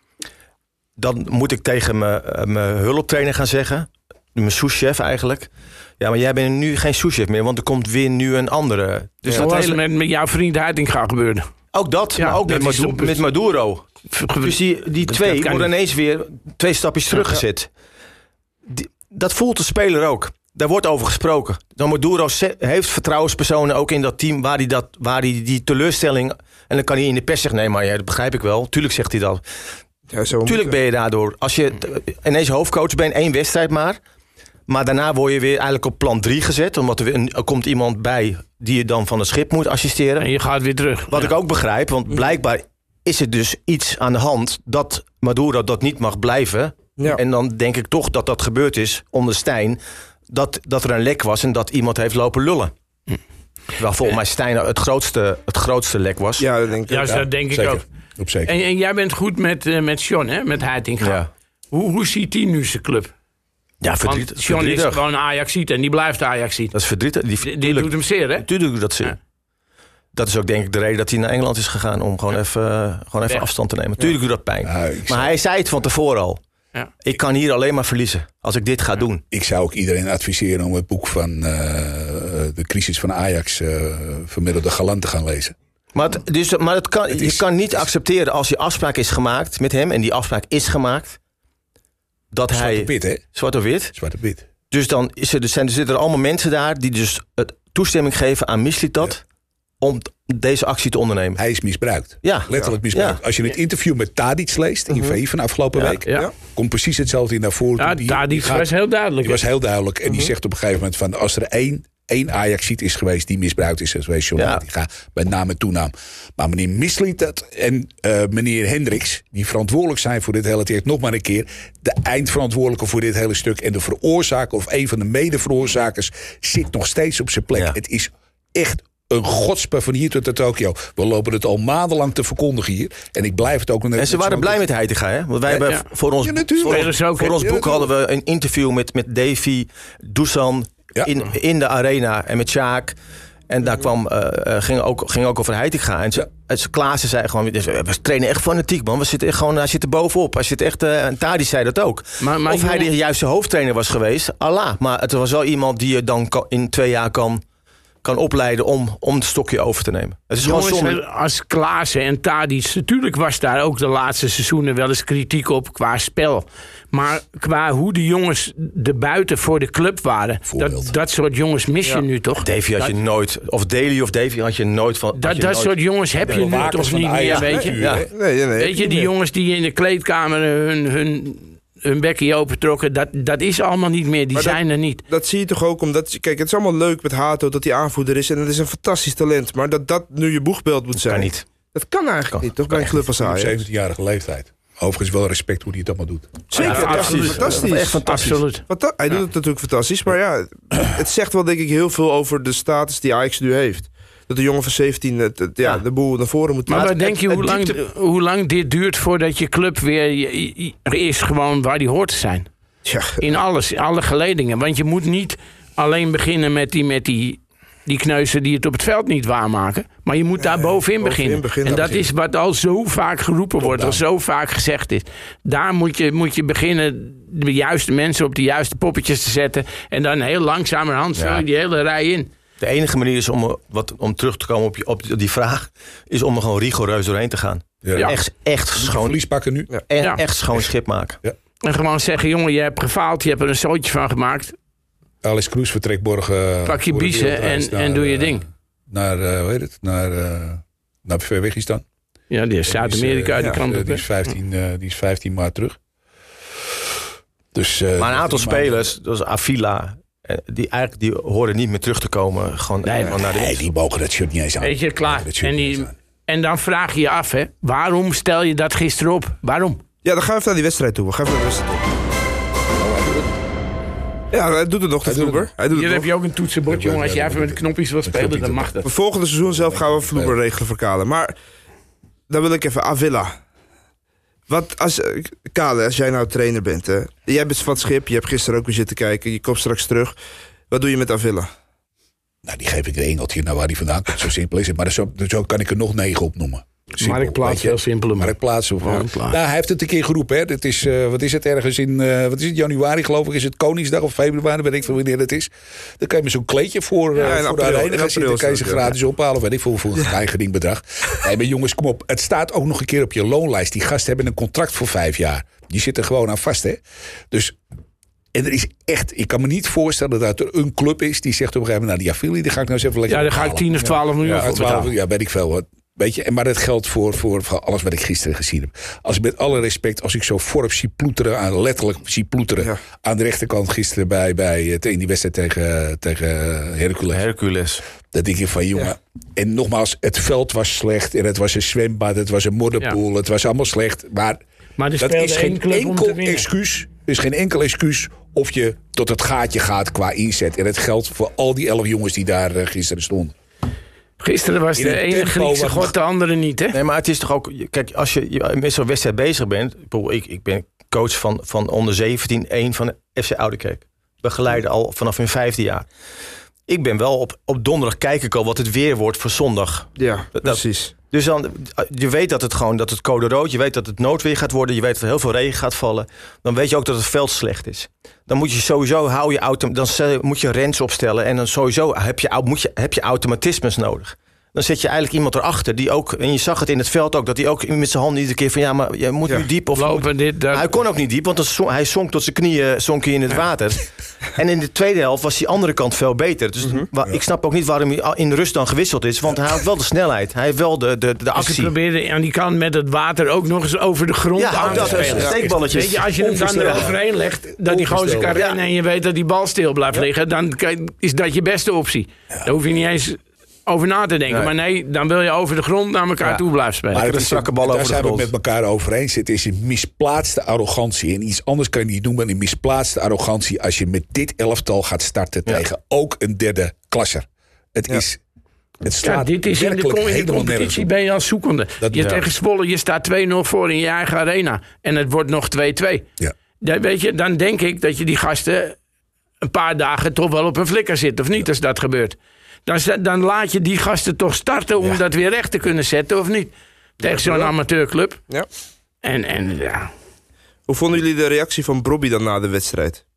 Dan moet ik tegen mijn hulptrainer gaan zeggen... Mijn souschef eigenlijk. Ja, maar jij bent nu geen souschef meer, want er komt weer nu een andere. Dus ja, dat was hele... met, met jouw vriend Heitinga gebeurde. Ook dat, ja, maar ook dat met, Madu- met Maduro. Dus die, die dat, twee dat worden niet. ineens weer twee stapjes teruggezet. Die, dat voelt de speler ook. Daar wordt over gesproken. Dan Maduro se- heeft vertrouwenspersonen ook in dat team waar hij dat, waar hij die teleurstelling. En dan kan hij in de pers zeggen: nee, maar ja, dat begrijp ik wel. Tuurlijk zegt hij dat. Ja, zo Tuurlijk ben je daardoor. Als je t- ineens hoofdcoach bent, één wedstrijd maar. Maar daarna word je weer eigenlijk op plan drie gezet. Omdat er, weer, er komt iemand bij die je dan van het schip moet assisteren. En je gaat weer terug. Wat ja. ik ook begrijp, want blijkbaar is er dus iets aan de hand dat Maduro dat niet mag blijven. Ja. En dan denk ik toch dat dat gebeurd is onder Stijn. Dat, dat er een lek was en dat iemand heeft lopen lullen. Hm. Terwijl volgens mij Stijn het grootste, het grootste lek was. Ja, dat denk ik, ja, dat denk ik zeker. ook. Op zeker. En, en jij bent goed met, uh, met John, hè? Met Heitinga. Ja. Hoe, hoe ziet hij nu zijn club? Ja, verdrietig. Want John verdrietig. is gewoon Ajaxiet en die blijft Ajaxiet. Dat is verdrietig. Die, die, die doet hem zeer, hè? Natuurlijk doet dat zeer. Ja. Dat is ook denk ik de reden dat hij naar Engeland is gegaan. Om gewoon ja. even, uh, gewoon even afstand te nemen. Tuurlijk ja. doet dat pijn. Ja, maar zou... hij zei het van tevoren al. Ja. Ik kan hier alleen maar verliezen als ik dit ga ja. doen. Ik zou ook iedereen adviseren om het boek van uh, de crisis van Ajax uh, Vermiddelde Galant te gaan lezen. Maar, het, dus, maar het kan, het is, je kan niet accepteren als die afspraak is gemaakt met hem. En die afspraak is gemaakt. Dat zwart hij... Zwart op wit, hè? Zwart op wit. Zwart op wit. Dus dan is er, dus zijn, er zitten er allemaal mensen daar die dus het toestemming geven aan Mislitat ja. om deze actie te ondernemen. Hij is misbruikt. Ja. Letterlijk misbruikt. Ja. Als je het interview met Tadic leest, in V I van afgelopen ja. week, ja. komt precies hetzelfde in naar voren. Ja, die, Tadic die was heel duidelijk. Die was heel duidelijk. En uh-huh. die zegt op een gegeven moment van, als er één één Ajaxiet is geweest die misbruikt is geweest, John ja. Heitinga, bij naam en toenaam. Maar meneer Mislitat en uh, meneer Hendricks, die verantwoordelijk zijn voor dit hele traject, nog maar een keer, de eindverantwoordelijke voor dit hele stuk en de veroorzaker of een van de mede-veroorzakers zit nog steeds op zijn plek. Ja. Het is echt een godspe van hier tot naar Tokio. We lopen het al maandenlang te verkondigen hier. En ik blijf het ook nog. En ze waren blij met Heitinga, hè? Want wij ja, hebben ja. voor ons, ja, voor ons, voor ons boek ja, hadden we een interview met, met Davy, Dusan ja. in, in de arena en met Sjaak. En daar kwam, uh, ging, ook, ging ook over Heitinga. En ze, ja. ze Klaassen zei gewoon, we trainen echt fanatiek, man. We zitten echt gewoon, hij zit er bovenop. Hij zit echt, uh, en Tadic zei dat ook. Maar, maar of hij de juiste hoofdtrainer was geweest, Allah. Maar het was wel iemand die je dan in twee jaar kan kan opleiden om, om het stokje over te nemen. Het is Jongens, gewoon zonde. als Klaassen en Tadic, natuurlijk was daar ook de laatste seizoenen wel eens kritiek op qua spel. Maar qua hoe de jongens er buiten voor de club waren, dat, dat soort jongens mis je ja. nu toch? Davy had dat, je nooit, of Daly of Davy had je nooit van. Dat, je dat nooit, soort jongens heb je nu toch niet meer, weet je? Ja. Nee, nee, nee, Weet je, die jongens die in de kleedkamer hun, hun, hun bekkie opentrokken, dat, dat is allemaal niet meer. Die maar zijn dat, er niet. Dat zie je toch ook omdat... Kijk, het is allemaal leuk met Hato dat hij aanvoerder is. En dat is een fantastisch talent. Maar dat dat nu je boegbeeld moet zijn... Kan niet. Dat kan eigenlijk Kan, niet, toch? Bij een club als Op Ajax. zeventienjarige leeftijd. Overigens wel respect hoe hij het allemaal doet. Zeker, Ja, ja, absoluut. fantastisch. Echt fantastisch. Absoluut. Fanta- hij doet het natuurlijk fantastisch. Maar ja, het zegt wel denk ik heel veel over de status die Ajax nu heeft. Dat de jongen van zeventien het, het, ja, Ja. de boel naar voren moet Maar laten. wat denk je Het- hoe het lang, diepte- hoe lang dit duurt voordat je club weer er is gewoon waar die hoort te zijn? Ja, In alles, alle geledingen. Want je moet niet alleen beginnen met die, met die, die kneuzen die het op het veld niet waarmaken. Maar je moet daar bovenin bovenin beginnen. beginnen. En dat is wat al zo vaak geroepen wordt, al zo vaak gezegd is. Daar moet je, moet je beginnen de juiste mensen op de juiste poppetjes te zetten. En dan heel langzamerhand vul je Ja. die hele rij in. De enige manier is om, wat, om terug te komen op, je, op die vraag, is om er gewoon rigoureus doorheen te gaan. Ja. Ja. Echt, echt, schoon, Verlies pakken nu. en, Ja. echt schoon schip maken. En gewoon zeggen, jongen, je hebt gefaald, je hebt er een zootje van gemaakt. Alex Kroes vertrekt morgen. Pak je voor de biezen wereldreis en, en doe je eh, ding. Naar, uh, hoe heet het? Naar, uh, naar ver weg is dan. Ja, die is Zuid-Amerika uit ja, de kant uh, op. die, hè? is vijftien, uh, die is vijftien maart terug. Dus, uh, Maar een aantal die maanden- spelers, zoals Avila, eh, die eigenlijk die horen niet meer terug te komen. Gewoon, Nee, gewoon naar de Nee, winst. die mogen dat shirt niet eens aan. Weet je, Die klaar. mogen dat shirt En, niet die, eens aan. en dan vraag je je af, hè, waarom stel je dat gisteren op? Waarom? ja, dan gaan we even naar die wedstrijd toe. We gaan even naar de wedstrijd toe. Ja, hij doet het nog, de Hij doet het Vloeber. Hij doet Hier het heb nog. je ook een toetsenbord, jongen. Als je even met de knopjes wil spelen, dan mag dat. Het volgende seizoen zelf gaan we Vloeber regelen voor Kale. Maar dan wil ik even Avila. Wat als, eh, Kale, als jij nou trainer bent, hè? Jij bent van het schip, je hebt gisteren ook weer zitten kijken, je komt straks terug. Wat doe je met Avila? Nou, die geef ik een engeltje naar waar die vandaan komt. Zo simpel is het. Maar zo, zo kan ik er nog negen opnoemen. Simpel, Marktplaats, weet je. heel simpel. Marktplaats. Of, Marktplaats. nou, hij heeft het een keer geroepen. Hè. Het is, uh, wat is het ergens in uh, wat is het, januari geloof ik. Is het Koningsdag of februari, weet ik veel wanneer het is. Dan kan je met zo'n kleedje voor, uh, Ja, in voor april, de in arena gaan zitten. april Dan kan je ze is dat, ja. gratis ophalen. Weet ik veel voor een eigen ding bedrag. Nee, maar jongens, kom op. Het staat ook nog een keer op je loonlijst. Die gasten hebben een contract voor vijf jaar. Die zitten gewoon aan vast, hè. Dus... En er is echt, ik kan me niet voorstellen dat er een club is die zegt op een gegeven moment, nou die Afili, die ga ik nou eens even lekker Ja, daar ga ik ophalen. tien of twaalf miljoen Ja, voor twaalf, betalen. ja, weet ik veel wat. Weet je, en maar dat geldt voor, voor, voor alles wat ik gisteren gezien heb. Als ik met alle respect, als ik zo Forbes zie ploeteren, aan, letterlijk zie ploeteren, Ja. aan de rechterkant gisteren bij, bij, in die wedstrijd tegen, tegen Hercules. Hercules. Dat denk ik van, jongen. Ja. En nogmaals, het veld was slecht en het was een zwembad, het was een modderpool, het was allemaal slecht. Maar, Maar er dat speelde is één geen club om te enkel winnen. excuus. Er is geen enkel excuus of je tot het gaatje gaat qua inzet. En het geldt voor al die elf jongens die daar uh, gisteren stonden. Gisteren was In de een ene tempo Griekse wat god, mag- de andere niet, hè? Nee, maar het is toch ook... Kijk, als je je met zo'n wedstrijd bezig bent... Ik, ik ben coach van, van onder zeventien, één van F C Oudekerk. Begeleide al vanaf mijn vijfde jaar. Ik ben wel op, op donderdag kijk ik al wat het weer wordt voor zondag. Ja, Dat- precies. Dus dan, je weet dat het gewoon dat het code rood, je weet dat het noodweer gaat worden, je weet dat er heel veel regen gaat vallen. Dan weet je ook dat het veld slecht is. Dan moet je sowieso hou je auto, dan stel- moet je rens opstellen en dan sowieso heb je, au- moet je, heb je automatismes nodig. Dan zet je eigenlijk iemand erachter die ook, en je zag het in het veld ook, dat hij ook met zijn handen iedere keer van ja, maar je moet Ja. nu diep of Lopen, dit, dat. hij kon ook niet diep, want dan zonk- hij zonk tot zijn knieën zonk hij in het water. En in de tweede helft was die andere kant veel beter. Dus wa- ik snap ook niet waarom hij in de rust dan gewisseld is. Want hij had wel de snelheid. Hij heeft wel de, de, de Ze actie. probeerden aan die kant met het water ook nog eens over de grond Ja, aan ook te dat, spelen. ja. steekballetjes. Weet je, als je hem dan Onvoorstelbaar. eroverheen legt, dat die gozer kan Onvoorstelbaar. rennen en je weet dat die bal stil blijft liggen, dan kan- is dat je beste optie. Daar hoef je niet eens over na te denken. Nee. Maar nee, dan wil je over de grond naar elkaar Ja. toe blijven spelen. Maar Lekker het een is strakke bal daar over de zijn we het grond. met elkaar over eens. Het is een misplaatste arrogantie. En iets anders kan je niet noemen dan een misplaatste arrogantie als je met dit elftal gaat starten Ja. tegen ook een derde klasser. Het Ja. is... Het Ja, staat dit is in de, werkelijk com- in de helemaal nergens competitie op. ben je als zoekende. Dat- je ja. tegen Zwolle, je staat twee nul voor in je eigen arena. En het wordt nog twee twee. Ja. Ja, weet je, dan denk ik dat je die gasten een paar dagen toch wel op een flikker zit. Of niet, als dat gebeurt. Dan, sta- dan laat je die gasten toch starten om Ja. dat weer recht te kunnen zetten, of niet? Tegen zo'n amateurclub. Ja. En, en ja, Hoe vonden jullie de reactie van Brobby dan na de wedstrijd?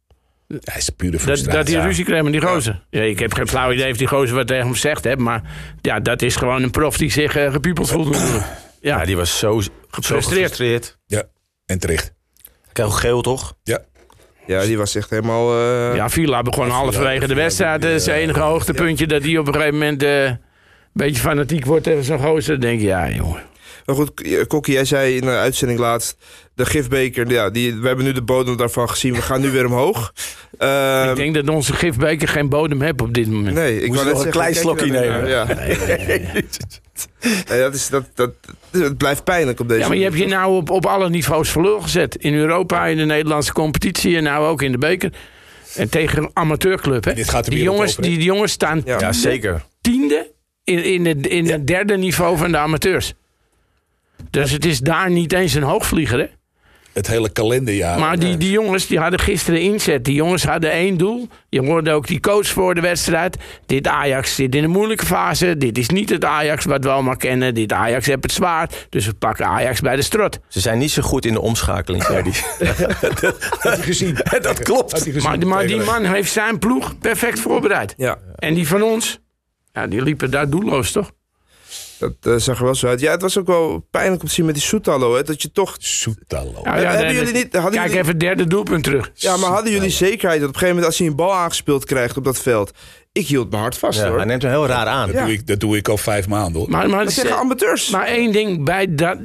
Hij is pure Dat, frustratie. dat hij ruzie kreeg met die gozer. Ja. Ja, ik heb geen flauw idee of die gozer wat tegen hem gezegd heeft. Maar ja, dat is gewoon een prof die zich uh, gepiepeld voelt. Ja. Ja, die was zo, zo gefrustreerd. Ja, en terecht. Krijg ook geel, toch? Ja. Ja, die was echt helemaal... Uh... Ja, Villa begon halverwege de wedstrijd. Dat is zijn enige hoogtepuntje. Ja. Dat hij op een gegeven moment uh, een beetje fanatiek wordt tegen zo'n gozer. Dan denk je, ja jongen. Maar goed, Kokkie, jij zei in de uitzending laatst... de gifbeker, ja, die, we hebben nu de bodem daarvan gezien. We gaan nu weer omhoog. Uh, ik denk dat onze gifbeker geen bodem heeft op dit moment. Nee, ik wil net een klein slokje nemen. Ja. Nee, nee, nee. Nee, dat is, dat, dat, het blijft pijnlijk op deze Ja, maar je hebt je nou op, op alle niveaus verloren gezet. In Europa, in de Nederlandse competitie en nou ook in de beker. En tegen een amateurclub, hè? Dit gaat die, jongens, over, die, die jongens staan ja. Ja, zeker. tiende in, in, het, in ja. het derde niveau van de amateurs. Dus het is daar niet eens een hoogvlieger, hè? Het hele kalenderjaar. Maar die, die jongens die hadden gisteren inzet. Die jongens hadden één doel. Je hoorde ook die coach voor de wedstrijd. Dit Ajax zit in een moeilijke fase. Dit is niet het Ajax wat we allemaal kennen. Dit Ajax heeft het zwaar. Dus we pakken Ajax bij de strot. Ze zijn niet zo goed in de omschakeling. Ja. Die. dat had hij gezien. Dat klopt. Had hij gezien. Maar, maar die man heeft zijn ploeg perfect voorbereid. Ja. En die van ons, ja, die liepen daar doelloos, toch? Dat uh, zag er wel zo uit. Ja, het was ook wel pijnlijk om te zien met die Soetalo. Hè, dat je toch... Soetalo. Ja, ja, hebben de, jullie niet, hadden kijk jullie... even het derde doelpunt terug. Ja, maar hadden jullie zekerheid dat op een gegeven moment... als hij een bal aangespeeld krijgt op dat veld... Ik hield me hard vast, Ja, hoor. hij neemt hem heel raar aan. Dat, Ja. doe ik, dat doe ik al vijf maanden, hoor. Maar, maar, Dat zeggen amateurs. maar één ding bij dat...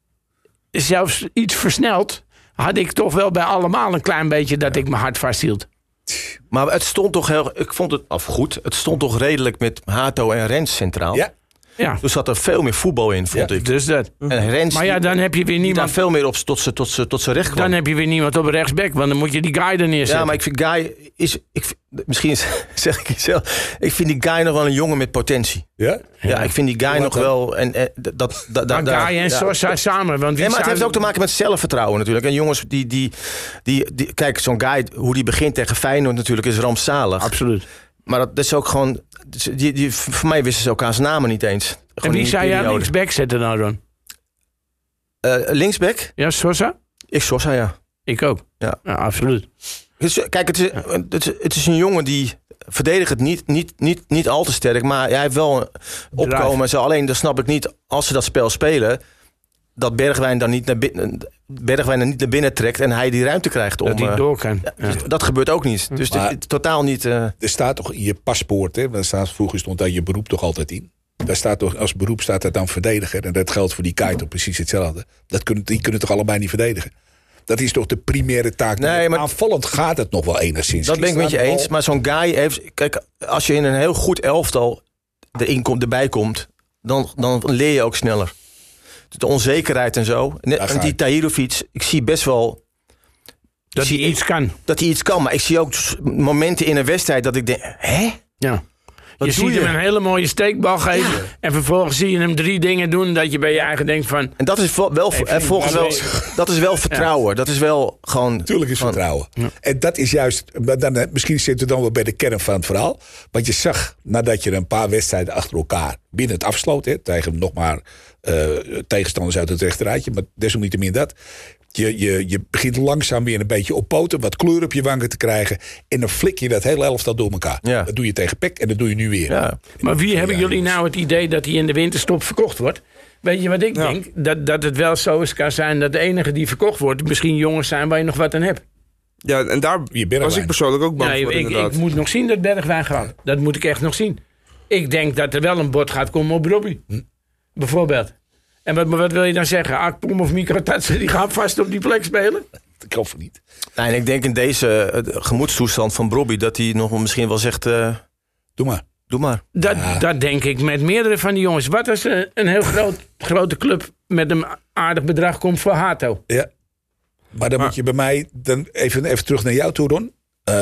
Zelfs iets versneld... had ik toch wel bij allemaal een klein beetje... dat ik mijn hart vasthield. Maar het stond toch heel... Ik vond het af goed. Het stond toch redelijk met Hato en Rens centraal. Ja. Ja, Dus zat er veel meer voetbal in, vond Ja. ik. dus dat. En Rens Maar ja, dan heb je weer die daar niemand... veel meer op tot zijn tot z'n- tot z'n recht kwam. Dan heb je weer niemand op rechtsback. Want dan moet je die guy er neerzetten. Ja, maar ik vind Guy is... Ik, vind- misschien zeg ik het zelf. Ik vind die Guy nog wel een jongen met potentie. Ja? Ja, ik vind die Guy Hoe nog dan? wel... En, en, dat, dat, dat, Maar daar- Guy en ja. Sosa samen. Want wie Nee, maar het zou- heeft ook te maken met zelfvertrouwen natuurlijk. En jongens die... die, die, die kijk, zo'n Guy, hoe die begint tegen Feyenoord natuurlijk, is rampzalig. Absoluut. Maar dat, dat is ook gewoon... Die, die, voor mij wisten ze elkaars namen niet eens. En Gewoon wie in die zou jij periode. linksback zetten dan, Ron? Eh, linksback? Ja, Sosa? Ik Sosa, ja. Ik ook. Ja. Ja, absoluut. Dus, kijk, het is, het, is, het is een jongen die verdedigt het niet, niet, niet, niet al te sterk. Maar hij heeft wel een opkomen en zo. Alleen dan snap ik niet, als ze dat spel spelen... dat Bergwijn dan niet naar binnen, Bergwijn er niet naar binnen trekt... en hij die ruimte krijgt om... Dat hij eh, door kan. ja, Ja. dus dat gebeurt ook niet. Dus Maar- het, het- totaal niet... eh, Er staat toch in je paspoort, hè? Daar staat, vroeger stond daar je beroep toch altijd in. Daar staat toch, als beroep staat er dan verdediger. En dat geldt voor die Kaito precies hetzelfde. Dat kunnen, die kunnen toch allebei niet verdedigen? Dat is toch de primaire taak. Nee, maar- Aanvallend gaat het nog wel enigszins. dat ben ik met je Gisteren eens. Maar zo'n guy heeft... Kijk, als je in een heel goed elftal erin komt, erbij komt... Dan, dan leer je ook sneller. De onzekerheid en zo. Net, Daar en ga die ik. Tahirovic, ik zie best wel... Dat hij zie- iets kan. dat hij iets kan. Maar ik zie ook momenten in een wedstrijd dat ik denk... Hè? Ja. Wat je doe ziet je? hem een hele mooie steekbal geven. En vervolgens zie je hem drie dingen doen... dat je bij je eigen denkt van... En dat is vo- wel, Nee, eh, vind ik volgens wel wel, dat is wel vertrouwen. Dat is wel gewoon... Natuurlijk is van- vertrouwen. En dat is juist, maar dan, eh, misschien zitten we dan wel bij de kern van het verhaal. Want je zag, nadat je een paar wedstrijden achter elkaar binnen het afsloot, hè, tegen nog maar uh, tegenstanders uit het rechterrijtje, maar desalniettemin dat. Je, je, je begint langzaam weer een beetje op poten, wat kleur op je wangen te krijgen. En dan flik je dat hele elftal door elkaar. Ja. Dat doe je tegen P E C en dat doe je nu weer. Ja. Maar wie hebben Ja, jullie jongens. nou het idee dat hij in de winterstop verkocht wordt? Weet je wat ik Ja. denk? Dat, dat het wel zo is kan zijn dat de enige die verkocht wordt... misschien jongens zijn waar je nog wat aan hebt. Ja, en daar Je Bergwijn. was ik persoonlijk ook bang Nee, voor, ik, inderdaad. ik moet nog zien dat Bergwijn gaat. Dat moet ik echt nog zien. Ik denk dat er wel een bod gaat komen op Robbie. Hm. Bijvoorbeeld. En wat, wat wil je dan zeggen? Akpom of Mikro Tatsen, die gaan vast op die plek spelen? Dat kan van niet. Nee, en ik denk in deze eh, gemoedstoestand van Brobby... dat hij nog wel misschien wel zegt... eh, Doe maar. doe maar. Dat, Ja. dat denk ik met meerdere van die jongens. Wat als een, een heel groot, grote club met een aardig bedrag komt voor Hato? Ja. Maar dan Maar- moet je bij mij dan even, even terug naar jou toe, Ron.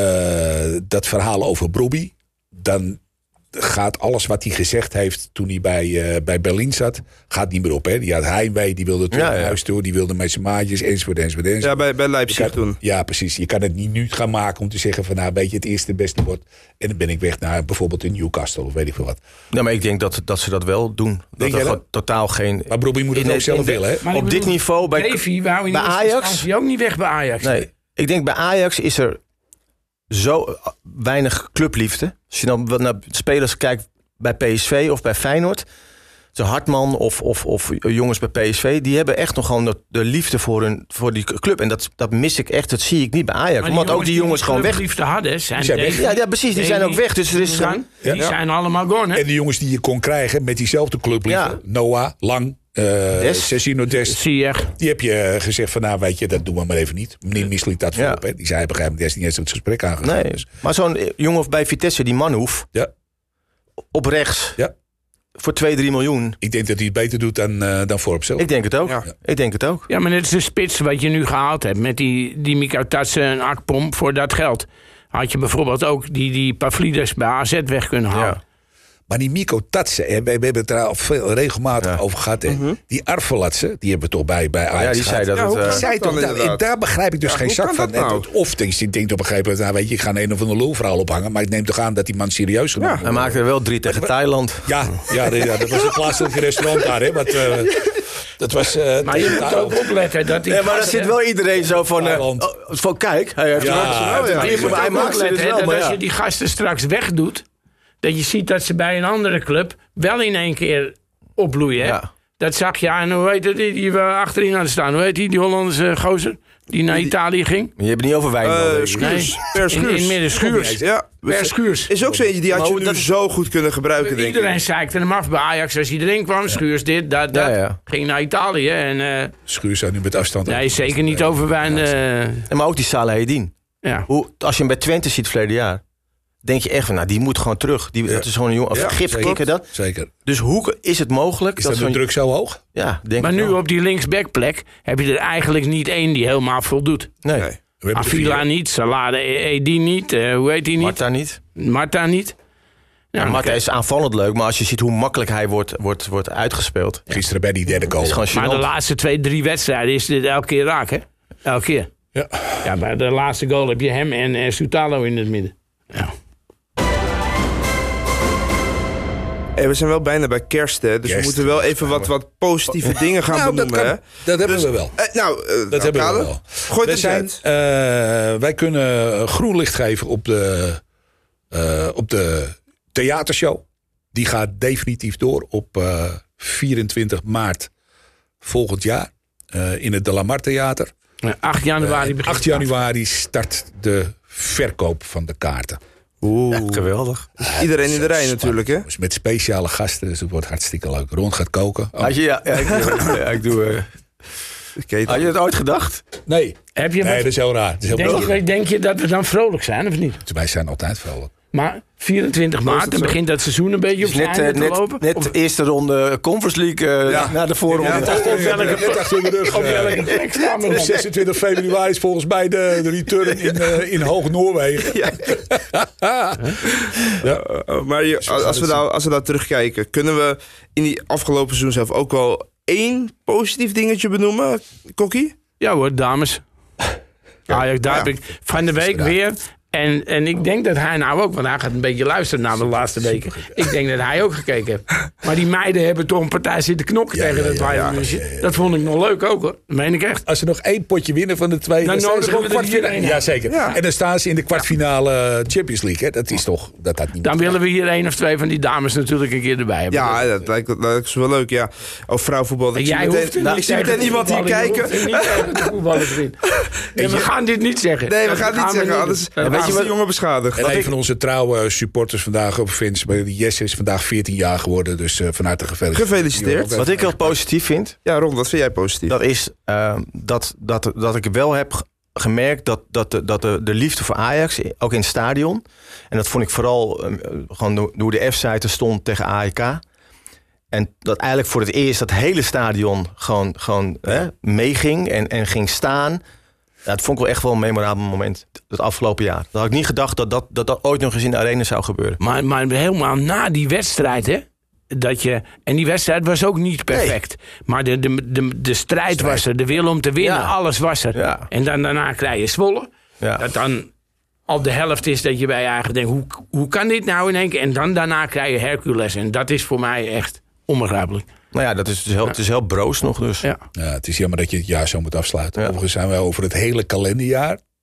Uh, dat verhaal over Brobby. Dan gaat alles wat hij gezegd heeft toen hij bij, uh, bij Berlin zat, gaat niet meer op. Hè? Die had heimwee, die wilde terug Ja, naar ja. huis toe, die wilde met zijn maatjes, enzovoort, enzovoort, enzovoort. Ja, bij, bij Je Leipzig kan- toen. Ja, precies. Je kan het niet nu gaan maken om te zeggen van nou, weet je, het eerste beste wordt. En dan ben ik weg naar bijvoorbeeld in Newcastle of weet ik veel wat. Nee, maar ik denk dat, dat ze dat wel doen. Dat jij er dat? gewoon totaal geen... Maar Brobby moet het in- ook zelf in de- willen, hè? Maar ik Op dit bedoel, niveau bij, Davy wou in bij eerste Ajax? instantie ook niet weg bij Ajax. Nee, ik denk bij Ajax is er... zo weinig clubliefde. Als je dan naar spelers kijkt bij P S V of bij Feyenoord. De Hartman of, of, of jongens bij P S V... die hebben echt nog gewoon de, de liefde voor, hun, voor die club. En dat, dat mis ik echt, dat zie ik niet bij Ajax. Want ook die jongens gewoon weg. liefde hadden, zijn, zijn weg. Ja, ja, precies, die zijn ook weg. Dus er is gaan, die ja. zijn allemaal gone. Hè? En de jongens die je kon krijgen met diezelfde clubliefde. Ja. Noah, Lang, uh, Cecino Dest. Die heb je gezegd van, nou weet je, dat doen we maar even niet. Meneer Misliet dat ja. voorop. Hè. Die zei op een gegeven moment, Dest niet eens het gesprek aangegaan. Nee, dus. Maar zo'n jongen bij Vitesse, die Manhoef. Ja. Op rechts. Ja. Voor twee, drie miljoen. Ik denk dat hij het beter doet dan, uh, dan Forbes zelf. Ik denk het ook. Ja. Ik denk het ook. Ja, maar net is de spits wat je nu gehaald hebt. Met die, die Mika Tatsen en Akpom voor dat geld. Had je bijvoorbeeld ook die, die Pavlidis bij A Z weg kunnen halen. Ja. Maar die Miko Tatsen, we, we hebben het er al veel regelmatig ja. over gehad. Mm-hmm. Die Arvelatsen, die hebben we toch bij, bij Ajax ja, die zei dat ja, het, uh, zei toch, daar, daar begrijp ik dus ja, geen zak van. Nou? Of je denkt op een gegeven moment, nou, weet je, ik ga een of andere lulverhaal ophangen. Maar ik neem toch aan dat die man serieus genomen wordt. Ja, hij maakte er wel drie tegen Thailand. Ja, ja, ja, dat was een plaatselijke restaurant daar. Hè, wat, uh, dat was, uh, maar je moet ook opletten. Dat die ja, maar daar zit wel iedereen zo van, uh, oh, van kijk. Hij heeft ja, ja, ja, je moet hij ook opletten dat als je die gasten straks wegdoet... dat je ziet dat ze bij een andere club wel in één keer opbloeien. Ja. Dat zag je. En hoe heet het, die, die we achterin hadden staan. Hoe heet die, die Hollandse gozer die naar Italië ging? Je hebt het niet over Wijndal. Uh, Schuurs. Nee, per Schuurs. In, in midden Schuurs. Ja. Per Schuurs. Is ook zo eentje, die had je nu dat... zo goed kunnen gebruiken, denk ik. Iedereen zeikte hem af bij Ajax als hij erin kwam. Ja. Schuurs dit, dat, dat. Ja, ja. Ging naar Italië. En, uh, Schuurs zijn nu met afstand. Nee, zeker niet over wijn. Uh, en maar ook die Salahedin. Ja. Hoe, als je hem bij Twente ziet verleden jaar... denk je echt van, nou, die moet gewoon terug. Die, ja. Dat is gewoon een jongen, of ja, gifkikker dat. Zeker. Dus hoe is het mogelijk... Is dat, dat de druk zo hoog? Ja, denk maar nu wel. Op die linksbackplek heb je er eigenlijk niet één die helemaal voldoet. Nee. nee. Avila niet, Salade Edi niet, uh, hoe heet hij niet? Marta niet. Marta niet. Ja, ja, Marta is aanvallend leuk, maar als je ziet hoe makkelijk hij wordt, wordt, wordt uitgespeeld. Ja. Gisteren bij die derde goal. Maar de laatste twee, drie wedstrijden is dit elke keer raak, hè? Elke keer. Ja. Ja, bij de laatste goal heb je hem en uh, Soutalo in het midden. Ja. Hey, we zijn wel bijna bij kerst, hè? Dus kerst, we moeten wel even wat, wat positieve dingen gaan nou, benoemen. Dat, kan, dat hebben dus, we wel. Uh, nou, uh, dat nou, hebben Kale, we wel. Gooi het zijn, uh, wij kunnen groen licht geven op de, uh, op de theatershow. Die gaat definitief door op uh, vierentwintig maart volgend jaar. Uh, in het De La Mar Theater. Ja, acht januari begint uh, acht januari start de verkoop van de kaarten. Oeh, ja, geweldig. Dus iedereen in de rij natuurlijk, hè? Dus met speciale gasten, dus het wordt hartstikke leuk. Ron gaat koken. Oh. Had je, ja, ja, ik doe, ja, ik doe uh... Had je het ooit gedacht? Nee, Heb je nee met... dat is heel raar. Dat is heel denk, je, denk je dat we dan vrolijk zijn, of niet? Wij zijn altijd vrolijk. Maar vierentwintig maart, dan begint dat seizoen een beetje op zijn net, einde net, te lopen? Net de eerste ronde Conference League uh, ja. naar de voorronde. Ja, net achter, op welke, net achter de rug. Op welke plek staan we dan? zesentwintig februari is volgens mij de, de return in, uh, in Hoog-Noorwegen. Ja. ja. Uh, maar je, als, we nou, als we nou terugkijken, kunnen we in die afgelopen seizoen zelf ook wel één positief dingetje benoemen, Kokkie? Ja hoor, dames. Ajax, daar ja. heb ik van de week weer... En, en ik denk dat hij nou ook, want hij gaat een beetje luisteren naar de laatste weken. Ik denk dat hij ook gekeken heeft. Maar die meiden hebben toch een partij zitten knokken ja, tegen ja, dat ja, ja, ja, ja. Dat vond ik nog leuk ook hoor. Dat meen ik echt. Als ze nog één potje winnen van de twee, dan, dan nodigen we kwartfinale. Ja, zeker. Ja. En dan staan ze in de kwartfinale Champions League. Hè. Dat is toch... Dat had niet dan willen we hier één of twee van die dames natuurlijk een keer erbij hebben. Ja, dat lijkt, dat lijkt wel leuk. Ja. Over vrouwenvoetbal. Ik zie meteen, nou, ik zie meteen iemand hier kijken. Nee, we gaan dit niet zeggen. Nee, we gaan het niet zeggen. Anders is de jongen beschadigd. En een van onze trouwe supporters vandaag op Vince, Jesse is vandaag veertien jaar geworden. Dus uh, vanuit de gefeliciteerd. Gefeliciteerd. Wat ik heel positief vind. Ja, Ron, wat vind jij positief? Dat is uh, dat, dat, dat ik wel heb gemerkt dat, dat, de, dat de, de liefde voor Ajax, ook in het stadion. En dat vond ik vooral uh, gewoon hoe de F-site stond tegen A E K. En dat eigenlijk voor het eerst dat hele stadion gewoon, gewoon ja. hè, meeging en, en ging staan. Ja, dat vond ik wel echt wel een memorabel moment. Het afgelopen jaar. Dat had ik niet gedacht dat dat, dat, dat ooit nog eens in de arena zou gebeuren. Maar, maar helemaal na die wedstrijd, hè? Dat je, en die wedstrijd was ook niet perfect. Nee. Maar de, de, de, de strijd, strijd was er. De wil om te winnen. Ja. Alles was er. Ja. En dan daarna krijg je Zwolle. Ja. Dat dan al de helft is dat je bij je eigen denkt... Hoe, hoe kan dit nou in één keer? En dan daarna krijg je Hercules. En dat is voor mij echt onbegrijpelijk. Nou ja, dat is dus heel, ja. het is heel broos nog dus. Ja. Ja, het is jammer dat je het jaar zo moet afsluiten. Ja. Overigens zijn wij over het hele kalenderjaar...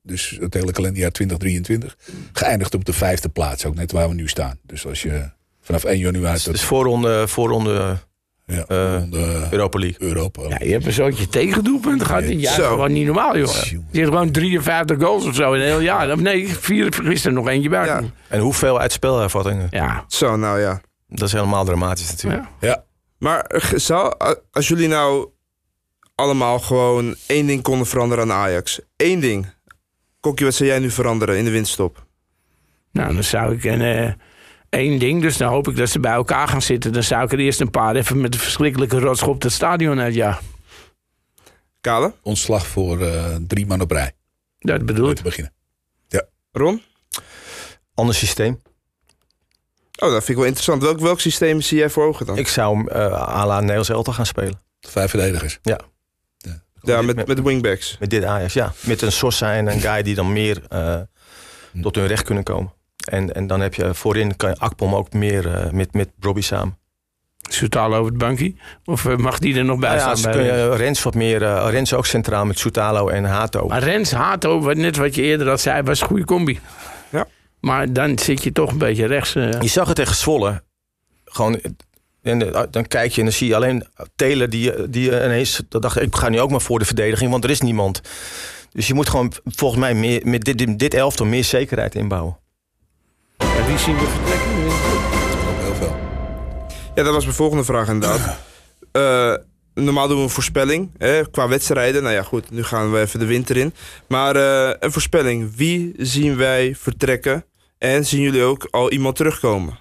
Dus het hele kalenderjaar twintig drieëntwintig. Geëindigd op de vijfde plaats. Ook net waar we nu staan. Dus als je vanaf één januari... Het is voorronde, voorronde ja, uh, de, Europa League. Europa. Ja, je hebt een zootje tegendoelpunt gehad. Ja, Zo. gewoon niet normaal, joh. Je hebt gewoon drieënvijftig goals of zo in een heel jaar. Of nee, vier, gisteren nog eentje bij. Ja. Ja. En hoeveel uitspelervattingen? ja. Zo, nou ja. Dat is helemaal dramatisch natuurlijk. Ja. Ja. Maar eh, zou, als jullie nou allemaal gewoon één ding konden veranderen aan Ajax. Eén ding. Kokkie, wat zou jij nu veranderen in de winststop? Nou, dan zou ik een, uh, één ding. Dus dan hoop ik dat ze bij elkaar gaan zitten. Dan zou ik er eerst een paar even met een verschrikkelijke rotschop het stadion uit. Ja, Kale? Ontslag voor uh, drie man op rij. dat bedoel Om ik. te beginnen. Ron? Ander systeem. Oh, dat vind ik wel interessant. Welk, welk systeem zie jij voor ogen dan? Ik zou uh, à la Nederlands elftal gaan spelen. Vijf verdedigers. Ja. ja, met, met de wingbacks. Met dit Ajax, ja. Met een Sosa en een guy die dan meer uh, tot hun recht kunnen komen. En, en dan heb je voorin, kan je Akpom ook meer uh, met, met Robbie samen. Soutalo over het bankje? Of uh, mag die er nog bij Nou ja, staan? ze bij kun je Rens wat meer, uh, Rens ook centraal met Soutalo en Hato. Maar Rens, Hato, wat, net wat je eerder al zei, was een goede combi. Ja. Maar dan zit je toch een beetje rechts. Uh, Je zag het tegen Zwolle. Gewoon, en de, dan kijk je en dan zie je alleen Taylor die, die ineens... Dan dacht ik, ik ga nu ook maar voor de verdediging, want er is niemand. Dus je moet gewoon volgens mij meer, met dit, dit elftal meer zekerheid inbouwen. ja, wie zien we vertrekken? Ook heel veel. Ja, dat was mijn volgende vraag inderdaad. Uh, normaal doen we een voorspelling hè, qua wedstrijden. Nou ja, goed, nu gaan we even de winter in. Maar uh, een voorspelling. Wie zien wij vertrekken? En zien jullie ook al iemand terugkomen?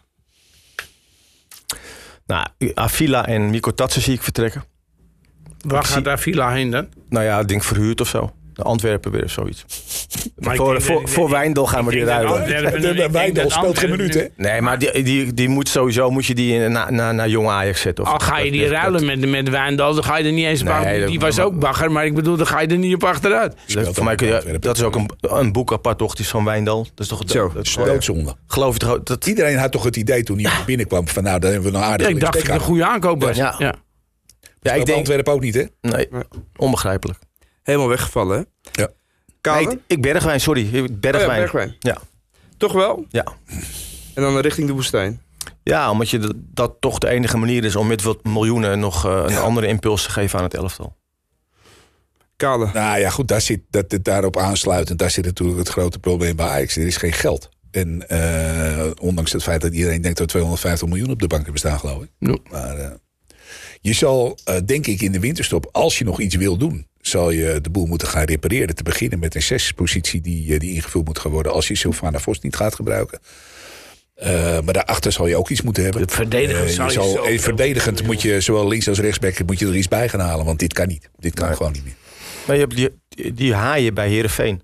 Nou, Avila en Mikko Tatsen zie ik vertrekken. Waar Ik gaat zie- daar Villa heen dan? Nou ja, ik denk verhuurd of zo. De Antwerpen weer of zoiets. Maar ik voor denk voor, dat- voor Wijndal gaan we ik die denk dat ruilen. Antwerpen- De, ik denk Wijndal dat speelt geen Antwerpen- minuut, hè? Nee, maar die, die, die moet sowieso moet je die naar na, na jong Ajax zetten. Of Al ga je die dat- ruilen met, met Wijndal, dan ga je er niet eens op. Nee, af- dat- die was ook bagger, maar ik bedoel, dan ga je er niet op achteruit. Dat, voor mij kun je, dat is ook een, een boek apart, toch? Die is van Wijndal. Dat is toch Zo, dat, Dat dat, is doodzonde. geloof je toch? ook- Dat, Iedereen had toch het idee toen hij binnenkwam van nou, dan hebben we een aardige Ja, ik dacht dat het een goede aankoop was. Ja. Ja. ja, ik denk. Antwerpen ook niet, hè? Nee, onbegrijpelijk. Helemaal weggevallen, hè? Ja. Kale? Nee, ik, ik Bergwijn, sorry. Ik Oh ja, Bergwijn. Bergwijn. Ja. Toch wel? Ja. En dan richting de woestijn. Ja, omdat je dat, dat toch de enige manier is om met wat miljoenen nog uh, een andere impuls te geven aan het elftal. Kale. Nou ja, goed, daar zit, dat, dat, daarop aansluitend, daar zit natuurlijk het grote probleem bij Ajax. Er is geen geld. En uh, ondanks het feit dat iedereen denkt dat we tweehonderdvijftig miljoen op de bank hebben staan, geloof ik. Ja. Maar uh, je zal, uh, denk ik, in de winterstop, als je nog iets wil doen, zal je de boel moeten gaan repareren. Te beginnen met een zespositie die, die ingevuld moet gaan worden als je Sylvana Vos niet gaat gebruiken. Uh, maar daarachter zal je ook iets moeten hebben. De verdedigend Uh, zal je je zal, zo- eh, verdedigend moet je zowel links als rechtsback moet je er iets bij gaan halen. Want dit kan niet. Dit kan Nee. gewoon niet meer. Maar je hebt die, die, die haaien bij Heerenveen.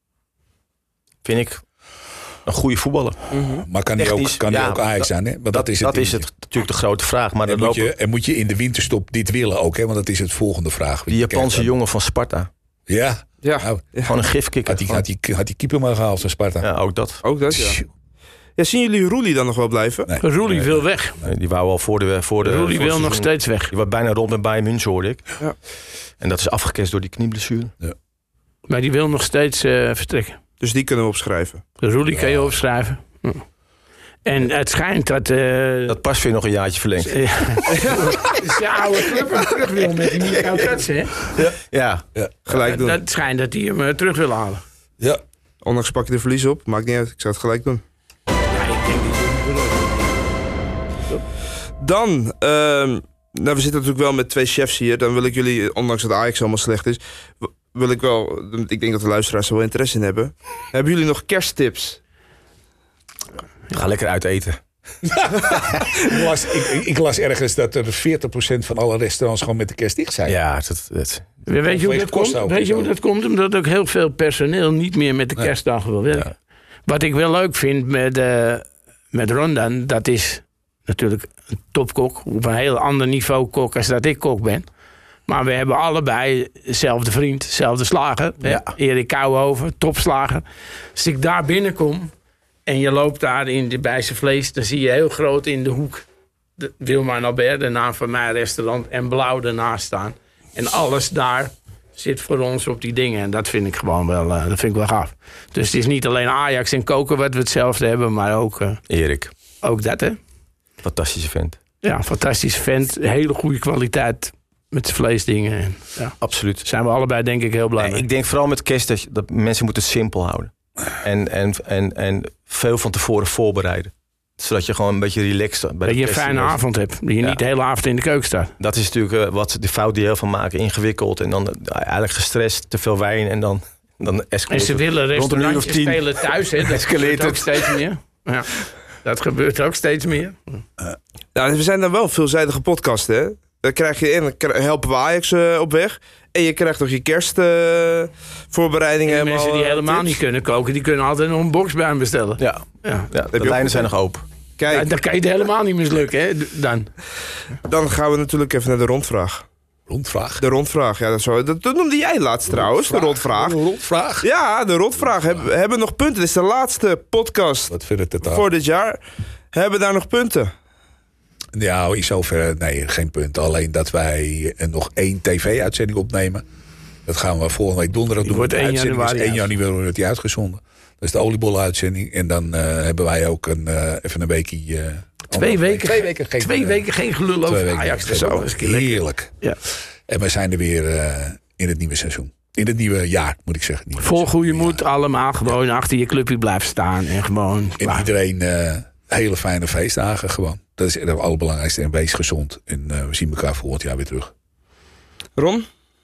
Vind ik een goede voetballer. Maar kan die Technisch, ook, kan die ja, ook Ajax dat- zijn? Hè? Want dat, Dat, is het, dat is dingetje. het, natuurlijk de grote vraag. Maar En dan moet, lopen je, en moet je in de winterstop dit willen ook? Hè? Want dat is het volgende vraag. die Japanse jongen van Sparta. Ja. Ja, Nou, ja. Gewoon een gifkikker. had, die, had, die, had die keeper maar gehaald van Sparta. Ja, ook dat. ook dat, ja. Ja, zien jullie Roelie dan nog wel blijven? Nee. Roelie wil weg. Nee, die wou al voor de voor de. Roelie voor wil het nog seizoen- steeds weg. Die was bijna rond met Bayern München, hoorde ik. Ja. En dat is afgekest door die knieblessure. Maar die wil nog steeds uh, vertrekken. Dus die kunnen we opschrijven. Roelie kan je opschrijven. Ja. En het schijnt dat... Uh, Dat pas weer nog een jaartje verlengd. zijn oude club hem terug wil met die Mikko Tatsen, hè? Ja. Gelijk doen. Dat schijnt dat hij hem uh, terug wil halen. Ja. Ondanks pak je de verlies op. Maakt niet uit. Ik zou het gelijk doen. Ja, ik denk dat Dan, ehm, nou, we zitten natuurlijk wel met twee chefs hier. Dan wil ik jullie, ondanks dat Ajax allemaal slecht is, w- wil ik wel, ik denk dat de luisteraars er wel interesse in hebben. Hebben jullie nog kersttips? Ga lekker uit eten. ik, las, ik, ik las ergens dat er veertig procent van alle restaurants gewoon met de kerst dicht zijn. Ja, dat, dat, Weet je hoe Vanwege dat komt? kosten ook Weet en je hoe zo. dat komt? Omdat ook heel veel personeel niet meer met de Nee. kerstdagen wil werken. Wat ik wel leuk vind met, uh, met Rondan, dat is natuurlijk een topkok. Op een heel ander niveau kok als dat ik kok ben. Maar we hebben allebei dezelfde vriend, dezelfde slager. Ja. hè? Erik Kouwenhoven, topslager. Als ik daar binnenkom en je loopt daar in de, bij zijn vlees, dan zie je heel groot in de hoek de Wilma en Albert, de naam van mijn restaurant, en blauw ernaast staan. En alles daar zit voor ons op die dingen. En dat vind ik gewoon wel, uh, dat vind ik wel gaaf. Dus het is niet alleen Ajax en koken wat we hetzelfde hebben, maar ook... Uh, Erik. Ook dat, hè? Fantastische vent. Ja, fantastische vent. Hele goede kwaliteit met de vleesdingen. En, ja. Absoluut. Zijn we allebei denk ik heel blij nee, mee. Ik denk vooral met kerst dat, dat mensen moeten het simpel houden. En, en, en, en veel van tevoren voorbereiden. Zodat je gewoon een beetje relaxed... Bij dat je een kerst fijne avond hebt. Dat je ja. niet de hele avond in de keuken staat. Dat is natuurlijk uh, wat de fout die heel veel maken. Ingewikkeld en dan uh, eigenlijk gestrest. Te veel wijn en dan, dan escaleert En ze willen restaurantjes spelen thuis. Hè. Dat gebeurt ook steeds meer. Ja. Dat gebeurt ook steeds meer. Uh, nou, we zijn dan wel veelzijdige podcast, hè? Dan krijg je in, dan helpen we Ajax uh, op weg. En je krijgt nog je kerstvoorbereidingen. Uh, mensen die helemaal tips. niet kunnen koken, die kunnen altijd nog een boxbuim bestellen. Ja, ja. ja de lijnen zijn nog open. Kijk. Ja, dan kan je het helemaal niet mislukken, hè? Dan. Dan gaan we natuurlijk even naar de rondvraag. Rondvraag? De rondvraag, ja, dat, zo, dat, dat noemde jij laatst trouwens, de rondvraag. De rondvraag? Ja, de rondvraag. Hebben we hebben nog punten. Dit is de laatste podcast Wat vind het voor dit jaar. Hebben we daar nog punten? Ja, in zoverre, nee, geen punten. Alleen dat wij nog één tv-uitzending opnemen. Dat gaan we volgende week donderdag doen. Wordt één januari. één januari wordt die uitgezonden. Dat is de oliebollen-uitzending. En dan uh, hebben wij ook een, uh, even een weekje... Uh, twee, weken, twee weken geen twee weken geen gelul over weken, Ajax. Zo, heerlijk. Ja. En we zijn er weer uh, in het nieuwe seizoen. In het nieuwe jaar, moet ik zeggen. Vol goede moed, allemaal gewoon ja. achter je clubje blijven staan. En gewoon... En iedereen uh, hele fijne feestdagen gewoon. Dat is het allerbelangrijkste. En wees gezond. En uh, we zien elkaar volgend jaar weer terug. Ron?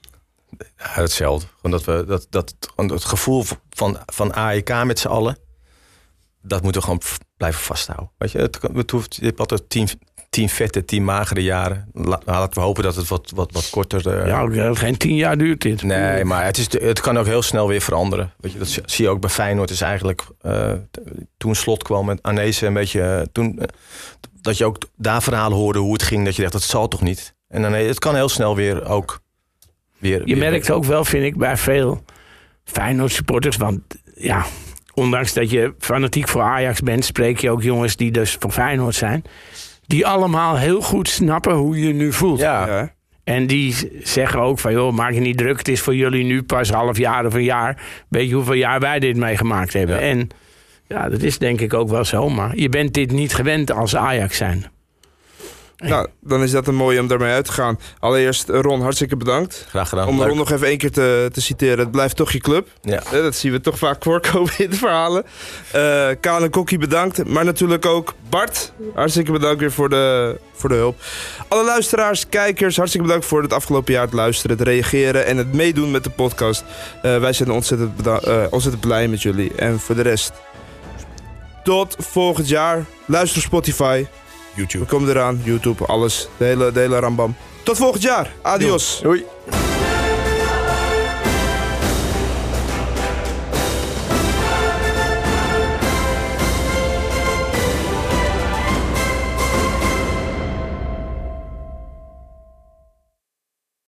Ja, hetzelfde. Gewoon dat we dat, dat, het gevoel van, van A E K met z'n allen, dat moeten we gewoon f- blijven vasthouden. Weet je, het, het hoeft, je hebt altijd tien, tien vette, tien magere jaren. La, laten we hopen dat het wat, wat, wat korter... Uh, ja, geen tien jaar duurt dit. Nee, maar het, is, het kan ook heel snel weer veranderen. Weet je, dat zie je ook bij Feyenoord. Is eigenlijk uh, toen Slot kwam met Arnezen een beetje... Uh, toen, uh, dat je ook daar verhalen hoorde hoe het ging. Dat je dacht, dat zal toch niet? En dan, nee, het kan heel snel weer ook... Weer, je weer merkt ook wel, vind ik, bij veel Feyenoord supporters. Want ja, ondanks dat je fanatiek voor Ajax bent, spreek je ook jongens die dus voor Feyenoord zijn. Die allemaal heel goed snappen hoe je nu voelt. Ja. Ja. En die zeggen ook van, joh, maak je niet druk. Het is voor jullie nu pas half jaar of een jaar. Weet je hoeveel jaar wij dit meegemaakt hebben. Ja. En ja, dat is denk ik ook wel zo. Maar je bent dit niet gewend als Ajax zijn. Nou, dan is dat een mooie om daarmee uit te gaan. Allereerst, Ron, hartstikke bedankt. Graag gedaan. Om Ron nog even één keer te, te citeren. Het blijft toch je club. Ja. Dat zien we toch vaak voorkomen in de verhalen. Uh, Kaan en Kokkie bedankt. Maar natuurlijk ook Bart. Hartstikke bedankt weer voor de, voor de hulp. Alle luisteraars, kijkers, hartstikke bedankt voor het afgelopen jaar. Het luisteren, het reageren en het meedoen met de podcast. Uh, wij zijn ontzettend, beda- uh, ontzettend blij met jullie. En voor de rest, tot volgend jaar. Luister op Spotify. YouTube. We komen eraan, YouTube, alles. De hele, de hele rambam. Tot volgend jaar. Adios. Doei.